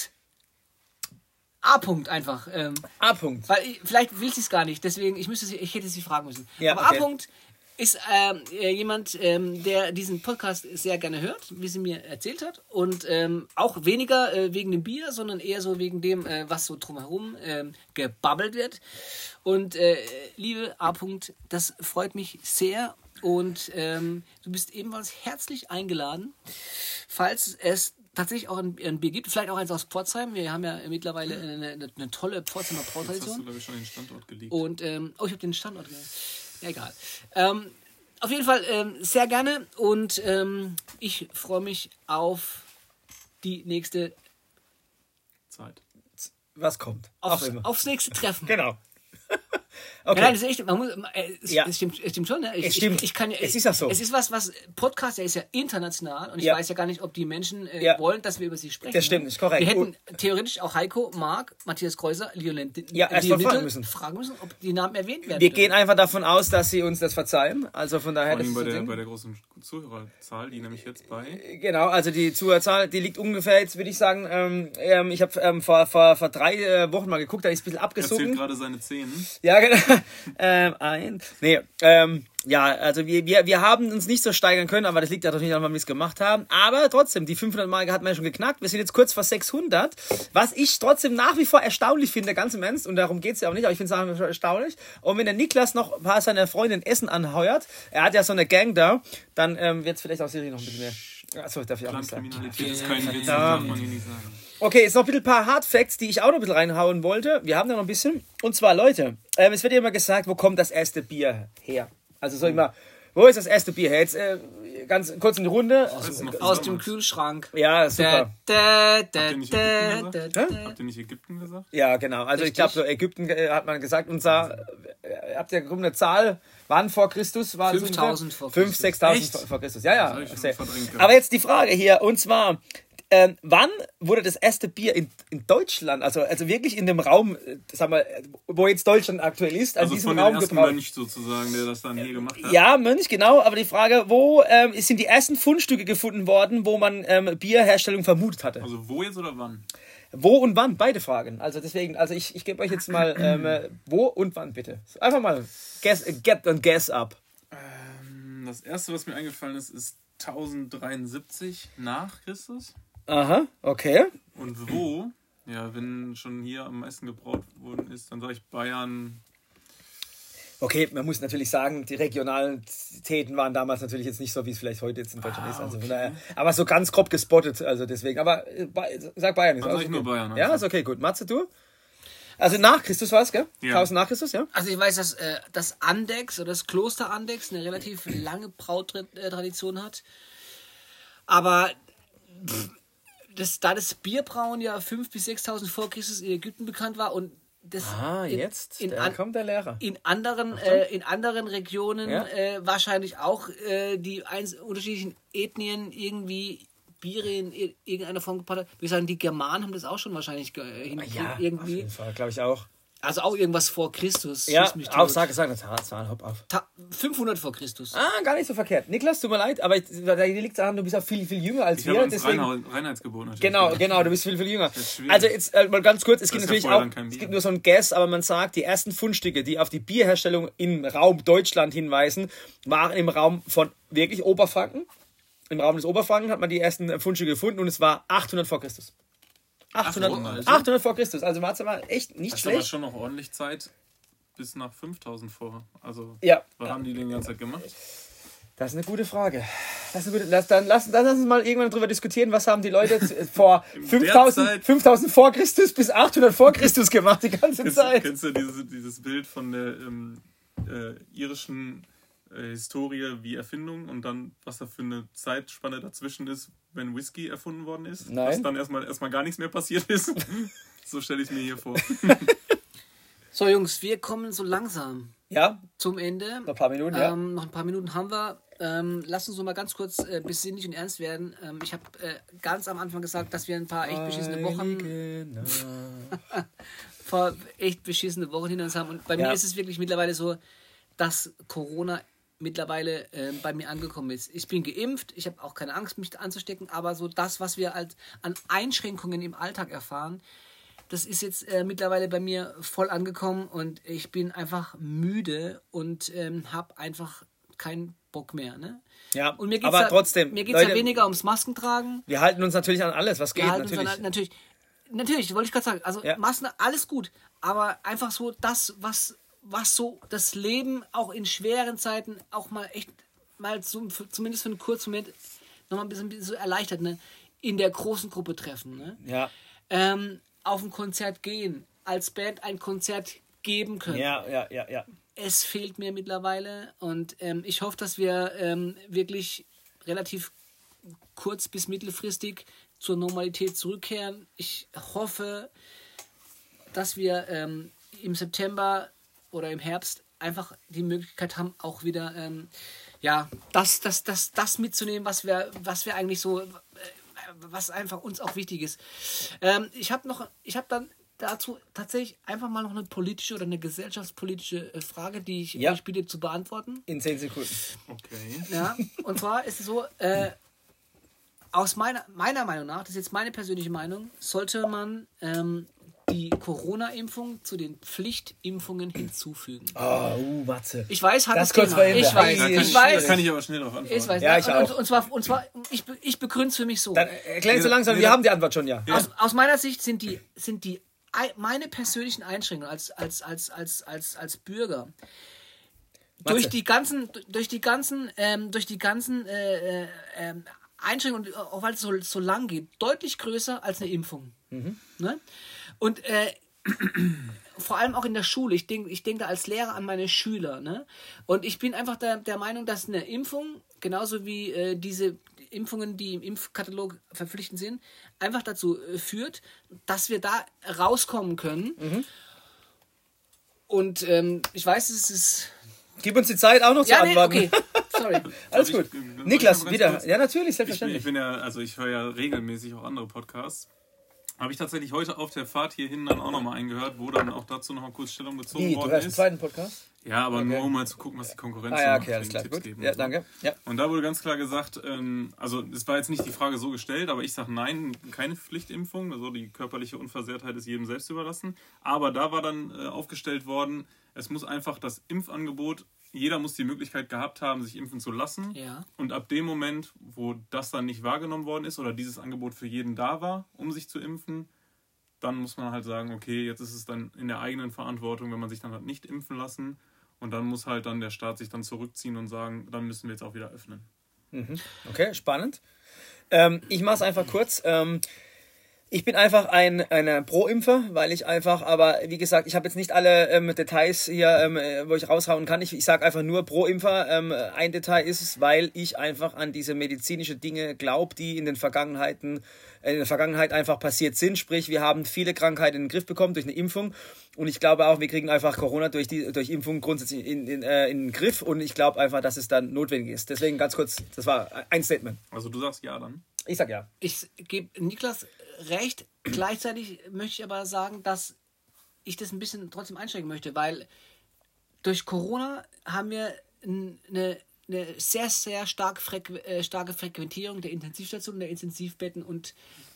A. -Punkt einfach. Ähm, A. -Punkt. Weil ich, vielleicht will sie es gar nicht, deswegen, ich, müsste sie, ich hätte sie fragen müssen. Ja, Aber okay. A. -Punkt ist ähm, äh, jemand, ähm, der diesen Podcast sehr gerne hört, wie sie mir erzählt hat. Und ähm, auch weniger äh, wegen dem Bier, sondern eher so wegen dem, äh, was so drumherum ähm, gebabbelt wird. Und äh, liebe A. -Punkt, das freut mich sehr. Und ähm, du bist ebenfalls herzlich eingeladen, falls es tatsächlich auch ein, ein Bier gibt, vielleicht auch eins aus Pforzheim. Wir haben ja mittlerweile eine, eine, eine tolle Pforzheimer Jetzt hast du, Brautradition. glaube ich, schon den Standort gelegt. Und, ähm, oh, ich habe den Standort. Ja, egal. Ähm, auf jeden Fall ähm, sehr gerne und ähm, ich freue mich auf die nächste, Zeit. Was kommt? aufs, Auch immer. aufs nächste Treffen. Genau. Okay. Ja, nein, das ist echt, man muss, äh, es, Ja. es, stimmt, es stimmt schon. Ne? Ich, Es stimmt. Ich, ich kann, ja- Es ist auch so. Es ist was, was Podcast, der ist ja international und ich Ja. weiß ja gar nicht, ob die Menschen äh, Ja. wollen, dass wir über sie sprechen. Das stimmt, ne? ist korrekt. Wir hätten theoretisch auch Heiko, Marc, Matthias Kreuser, Lionel Ja, erst mal fragen müssen. fragen müssen, ob die Namen erwähnt werden. Wir dürfen. gehen einfach davon aus, dass sie uns das verzeihen. Also von daher, Vor das allem ist bei so der, Ding. bei der großen Zuhörerzahl, die nämlich jetzt bei... Genau, also die Zuhörerzahl, die liegt ungefähr, jetzt würde ich sagen, ähm, ähm, ich habe ähm, vor, vor, vor drei äh, Wochen mal geguckt, da ist ein bisschen Er zählt abgesunken. gerade seine Zehen. Ja, genau. ähm, ein. Nee, ähm, ja, also wir, wir, wir haben uns nicht so steigern können, aber das liegt natürlich daran, weil wir es gemacht haben. Aber trotzdem, die fünfhundert Marke hat man ja schon geknackt. Wir sind jetzt kurz vor sechshundert. Was ich trotzdem nach wie vor erstaunlich finde, ganz im Ernst, und darum geht's ja auch nicht, aber ich finde es schon erstaunlich. Und wenn der Niklas noch ein paar seiner Freundinnen Essen anheuert, er hat ja so eine Gang da, dann ähm, wird's vielleicht auch Siri noch ein bisschen mehr. Achso, darf ich auch nicht sagen. Kriminalität ist kein Witz, das darf man hier nicht sagen. Okay, jetzt noch ein bisschen ein paar Hard Facts, die ich auch noch ein bisschen reinhauen wollte. Wir haben da noch ein bisschen. Und zwar, Leute, ähm, es wird ja immer gesagt, wo kommt das erste Bier her? Also soll ich mal, wo ist das erste Bier her? Jetzt äh, ganz kurz in die Runde. Das ist noch Aus dem damals. Kühlschrank. Ja, super. Da, da, Habt ihr nicht da, Ägypten da, gesagt? da. Habt ihr nicht Ägypten gesagt? Ja, genau. Also ich Richtig. glaube, so Ägypten äh, hat man gesagt. Und zwar, äh, habt ihr eine Zahl, wann vor Christus war es? fünftausend vor fünf, Christus. sechstausend Echt? vor vor Christus. Ja, ja. hab ich schon sehr. verdrängt gehabt. Aber jetzt die Frage hier, und zwar, ähm, wann wurde das erste Bier in, in Deutschland, also, also wirklich in dem Raum, äh, sag mal, wo jetzt Deutschland aktuell ist, an Also diesem von dem Raum ersten gebraut? Mönch sozusagen, der das dann hier gemacht hat. Ja, Mönch, genau. Aber die Frage, wo ähm, sind die ersten Fundstücke gefunden worden, wo man ähm, Bierherstellung vermutet hatte? Also wo jetzt oder wann? Wo und wann? Beide Fragen. Also deswegen, also ich, ich gebe euch jetzt mal, ähm, äh, wo und wann bitte. Einfach mal guess, get and guess up. Ähm, Das erste, was mir eingefallen ist, ist tausenddreiundsiebzig nach Christus. Aha, okay. Und wo? Ja, wenn schon hier am meisten gebraut worden ist, dann sage ich Bayern. Okay, man muss natürlich sagen, die Regionalitäten waren damals natürlich jetzt nicht so, wie es vielleicht heute jetzt in Deutschland Ah, ist. Also okay. von daher, aber so ganz grob gespottet, also deswegen. Aber äh, Ba- sag Bayern. Ist Dann auch sag ich okay. nur Bayern, Ja, also. ist okay, gut. Matze, du? Also nach Christus war es, gell? Ja. tausend nach Christus, ja? Also ich weiß, dass äh, das Andex oder das Kloster Andex eine relativ lange Brautradition hat. Aber pff, das, da das Bierbrauen ja fünftausend bis sechstausend vor Christus in Ägypten bekannt war und das Ah, in, jetzt in, da an, kommt der Lehrer. in anderen äh, in anderen Regionen Ja. äh, wahrscheinlich auch äh, die eins, unterschiedlichen Ethnien irgendwie Biere in ir- irgendeiner Form gebraut hat. Wir sagen, die Germanen haben das auch schon wahrscheinlich ge- hingekriegt, Ja, auf irgendwie. jeden Fall, glaube ich auch. Also auch irgendwas vor Christus. Ja, schieß mich auch tot. sag, sag eine Zahl, Zahl, hopp auf. Ta- fünfhundert vor Christus. Ah, gar nicht so verkehrt. Niklas, tut mir leid, aber da liegt daran, du bist auch viel, viel jünger als Ich wir. habe ans Deswegen, Reinhard, Reinheitsgebot natürlich. genau, gedacht. genau, du bist viel, viel jünger. ist schwierig. Also jetzt äh, mal ganz kurz, es gibt ist ja natürlich vorher auch, dann kein es Bier. gibt nur so ein Guess, aber man sagt, die ersten Fundstücke, die auf die Bierherstellung im Raum Deutschland hinweisen, waren im Raum von wirklich Oberfranken. im Raum des Oberfranken hat man die ersten Fundstücke gefunden und es war achthundert vor Christus. achthundert, also. achthundert vor Christus, also war es aber echt nicht das schlecht. Das ist aber schon noch ordentlich Zeit bis nach fünftausend vor. Also, ja. was haben die denn die ganze Zeit gemacht? Das ist eine gute Frage. Das ist eine gute, lass, dann, lass, dann lass uns mal irgendwann darüber diskutieren, was haben die Leute vor fünftausend, fünftausend vor Christus bis achthundert vor Christus gemacht, die ganze kennst, Zeit. Kennst du dieses, dieses Bild von der ähm, äh, irischen äh, Historie wie Erfindung und dann, was da für eine Zeitspanne dazwischen ist, wenn Whisky erfunden worden ist? Nein. Dass dann erstmal, erstmal gar nichts mehr passiert ist. So stelle ich es mir hier vor. So, Jungs, wir kommen so langsam ja? zum Ende. Noch ein paar Minuten, ja. Ähm, noch ein paar Minuten haben wir. Ähm, lasst uns noch mal ganz kurz äh, besinnlich und ernst werden. Ähm, ich habe äh, ganz am Anfang gesagt, dass wir ein paar echt beschissene Wochen vor echt beschissene Wochen hinter uns haben. Und bei ja. mir ist es wirklich mittlerweile so, dass Corona mittlerweile äh, bei mir angekommen ist. Ich bin geimpft, ich habe auch keine Angst, mich anzustecken, aber so das, was wir als an Einschränkungen im Alltag erfahren, das ist jetzt äh, mittlerweile bei mir voll angekommen und ich bin einfach müde und ähm, habe einfach keinen Bock mehr. Ne? Ja, und mir geht's aber da, trotzdem. Mir geht es ja weniger ums Maskentragen. Wir halten uns natürlich an alles, was wir geht. Halten natürlich. Uns an, natürlich. Natürlich, wollte ich gerade sagen. Also ja. Masken, alles gut. Aber einfach so das, was, was so das Leben auch in schweren Zeiten auch mal echt, mal so, für, zumindest für einen kurzen Moment, nochmal ein bisschen, ein bisschen so erleichtert, ne? In der großen Gruppe treffen. Ne? Ja. Ähm, auf ein Konzert gehen, als Band ein Konzert geben können. Ja, ja, ja, ja. Es fehlt mir mittlerweile und ähm, ich hoffe, dass wir ähm, wirklich relativ kurz- bis mittelfristig zur Normalität zurückkehren. Ich hoffe, dass wir ähm, im September oder im Herbst einfach die Möglichkeit haben, auch wieder ähm, ja, das, das, das, das mitzunehmen, was wir, was wir eigentlich so... Äh, was einfach uns auch wichtig ist. Ähm, ich habe noch, ich habe dann dazu tatsächlich einfach mal noch eine politische oder eine gesellschaftspolitische äh, Frage, die ich ja. euch bitte zu beantworten. In zehn Sekunden. Okay. Ja, und zwar ist es so, äh, aus meiner, meiner Meinung nach, das ist jetzt meine persönliche Meinung, sollte man ähm, die Corona-Impfung zu den Pflichtimpfungen hinzufügen. Oh, uh, Matze. Ich weiß, hat das das kurz Thema. Ich weiß, da ich, ich, weiß. Da kann ich aber schnell drauf antworten. Ich weiß, ja, ich und, auch. Und, und zwar, und zwar ich, ich begründe es für mich so. Dann erklären Sie langsam, wir haben die Antwort schon, ja. ja. Aus, aus meiner Sicht sind die, sind die meine persönlichen Einschränkungen als, als, als, als, als, als Bürger Matze. durch die ganzen, durch die ganzen, ähm, durch die ganzen äh, äh, Einschränkungen, auch weil es so, so lang geht, deutlich größer als eine Impfung. Mhm. Ne? Und äh, vor allem auch in der Schule. Ich denke ich denk da als Lehrer an meine Schüler. Ne? Und ich bin einfach der, der Meinung, dass eine Impfung, genauso wie äh, diese Impfungen, die im Impfkatalog verpflichtend sind, einfach dazu äh, führt, dass wir da rauskommen können. Mhm. Und ähm, ich weiß, es ist... Gib uns die Zeit auch noch zu ja, nee, antworten. Okay, sorry. Alles gut. Ich, Niklas, wieder. Kurz? Ja, natürlich, selbstverständlich. Ich bin, ich bin ja, also ich höre ja regelmäßig auch andere Podcasts. Habe ich tatsächlich heute auf der Fahrt hierhin dann auch nochmal eingehört, wo dann auch dazu nochmal kurz Stellung bezogen Wie, worden du hörst ist. einen zweiten Podcast? Ja, aber okay. nur um mal zu gucken, was die Konkurrenz ah, ja, macht. okay, alles klar. Tipps Gut. geben Ja, und so. danke. Ja. Und da wurde ganz klar gesagt, ähm, also es war jetzt nicht die Frage so gestellt, aber ich sage nein, keine Pflichtimpfung. Also die körperliche Unversehrtheit ist jedem selbst überlassen. Aber da war dann äh, aufgestellt worden, es muss einfach das Impfangebot, jeder muss die Möglichkeit gehabt haben, sich impfen zu lassen. Ja. Und ab dem Moment, wo das dann nicht wahrgenommen worden ist oder dieses Angebot für jeden da war, um sich zu impfen, dann muss man halt sagen, okay, jetzt ist es dann in der eigenen Verantwortung, wenn man sich dann halt nicht impfen lassen. Und dann muss halt dann der Staat sich dann zurückziehen und sagen, dann müssen wir jetzt auch wieder öffnen. Mhm. Okay, spannend. Ähm, ich mache es einfach kurz. Ähm, ich bin einfach ein, ein Pro-Impfer, weil ich einfach, aber wie gesagt, ich habe jetzt nicht alle ähm, Details hier, ähm, wo ich raushauen kann. Ich, ich sage einfach nur Pro-Impfer. Ähm, ein Detail ist es, weil ich einfach an diese medizinische Dinge glaube, die in den Vergangenheiten, in der Vergangenheit einfach passiert sind. Sprich, wir haben viele Krankheiten in den Griff bekommen durch eine Impfung. Und ich glaube auch, wir kriegen einfach Corona durch die durch Impfung grundsätzlich in, in, äh, in den Griff. Und ich glaube einfach, dass es dann notwendig ist. Deswegen ganz kurz, das war ein Statement. Also du sagst ja dann? Ich sag ja. Ich gebe Niklas recht. Gleichzeitig möchte ich aber sagen, dass ich das ein bisschen trotzdem einschränken möchte, weil durch Corona haben wir eine, eine sehr, sehr stark Frequ- äh, starke Frequentierung der Intensivstationen, der Intensivbetten und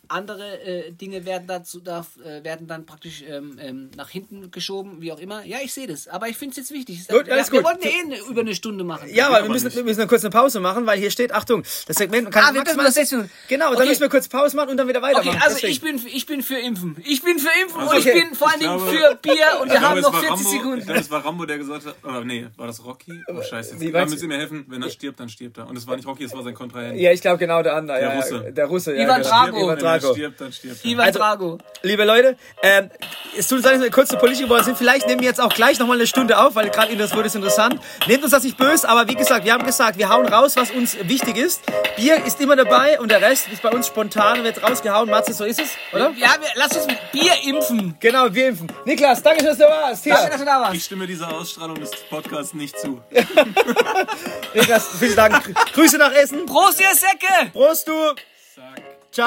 andere äh, Dinge werden dazu da, äh, werden dann praktisch ähm, ähm, nach hinten geschoben, wie auch immer. Ja, ich sehe das. Aber ich finde es jetzt wichtig. Gut, alles wir, wir gut. wollten ja eh eine, über eine Stunde machen. Ja, aber wir müssen, wir müssen eine kurze Pause machen, weil hier steht, Achtung, das Segment kann ah, wir dürfen das jetzt. Genau, okay. dann müssen wir kurz Pause machen und dann wieder weitermachen. Okay, also Deswegen. ich bin, ich bin für Impfen. Ich bin für Impfen Also und okay. ich bin vor allen Dingen glaube, für Bier und wir haben glaube, noch vierzig Rambo, Sekunden. Ich glaube, es war Rambo, der gesagt hat, oder nee, war das Rocky? Oh scheiße, Wie da meinst müsst ihr mir helfen, wenn er stirbt, dann stirbt er. Und es war nicht Rocky, es war sein Kontrahent. Ja, ich glaube genau der andere. Der ja, Russe. Der Russe, ja. Ivan genau. Drago. Ivan Wenn er Drago. stirbt, dann stirbt er. Ivan Also, Drago. Liebe Leute, ähm, es tut uns leid, dass wir kurz zu politisch geworden sind. Vielleicht nehmen wir jetzt auch gleich nochmal eine Stunde auf, weil gerade das wurde es interessant. Nehmt uns das nicht böse, aber wie gesagt, wir haben gesagt, wir hauen raus, was uns wichtig ist. Bier ist immer dabei und der Rest ist bei uns spontan, wird rausgehauen. Matze, so ist es, oder? Ja, wir, lass uns mit Bier impfen. Genau, wir impfen. Niklas, danke, dass du da warst. Hier. Danke, dass du da warst. Ich stimme dieser Ausstrahlung des Podcasts nicht zu. Niklas, vielen Dank. Grüße nach Essen. Prost, ihr Säcke! Prost, du.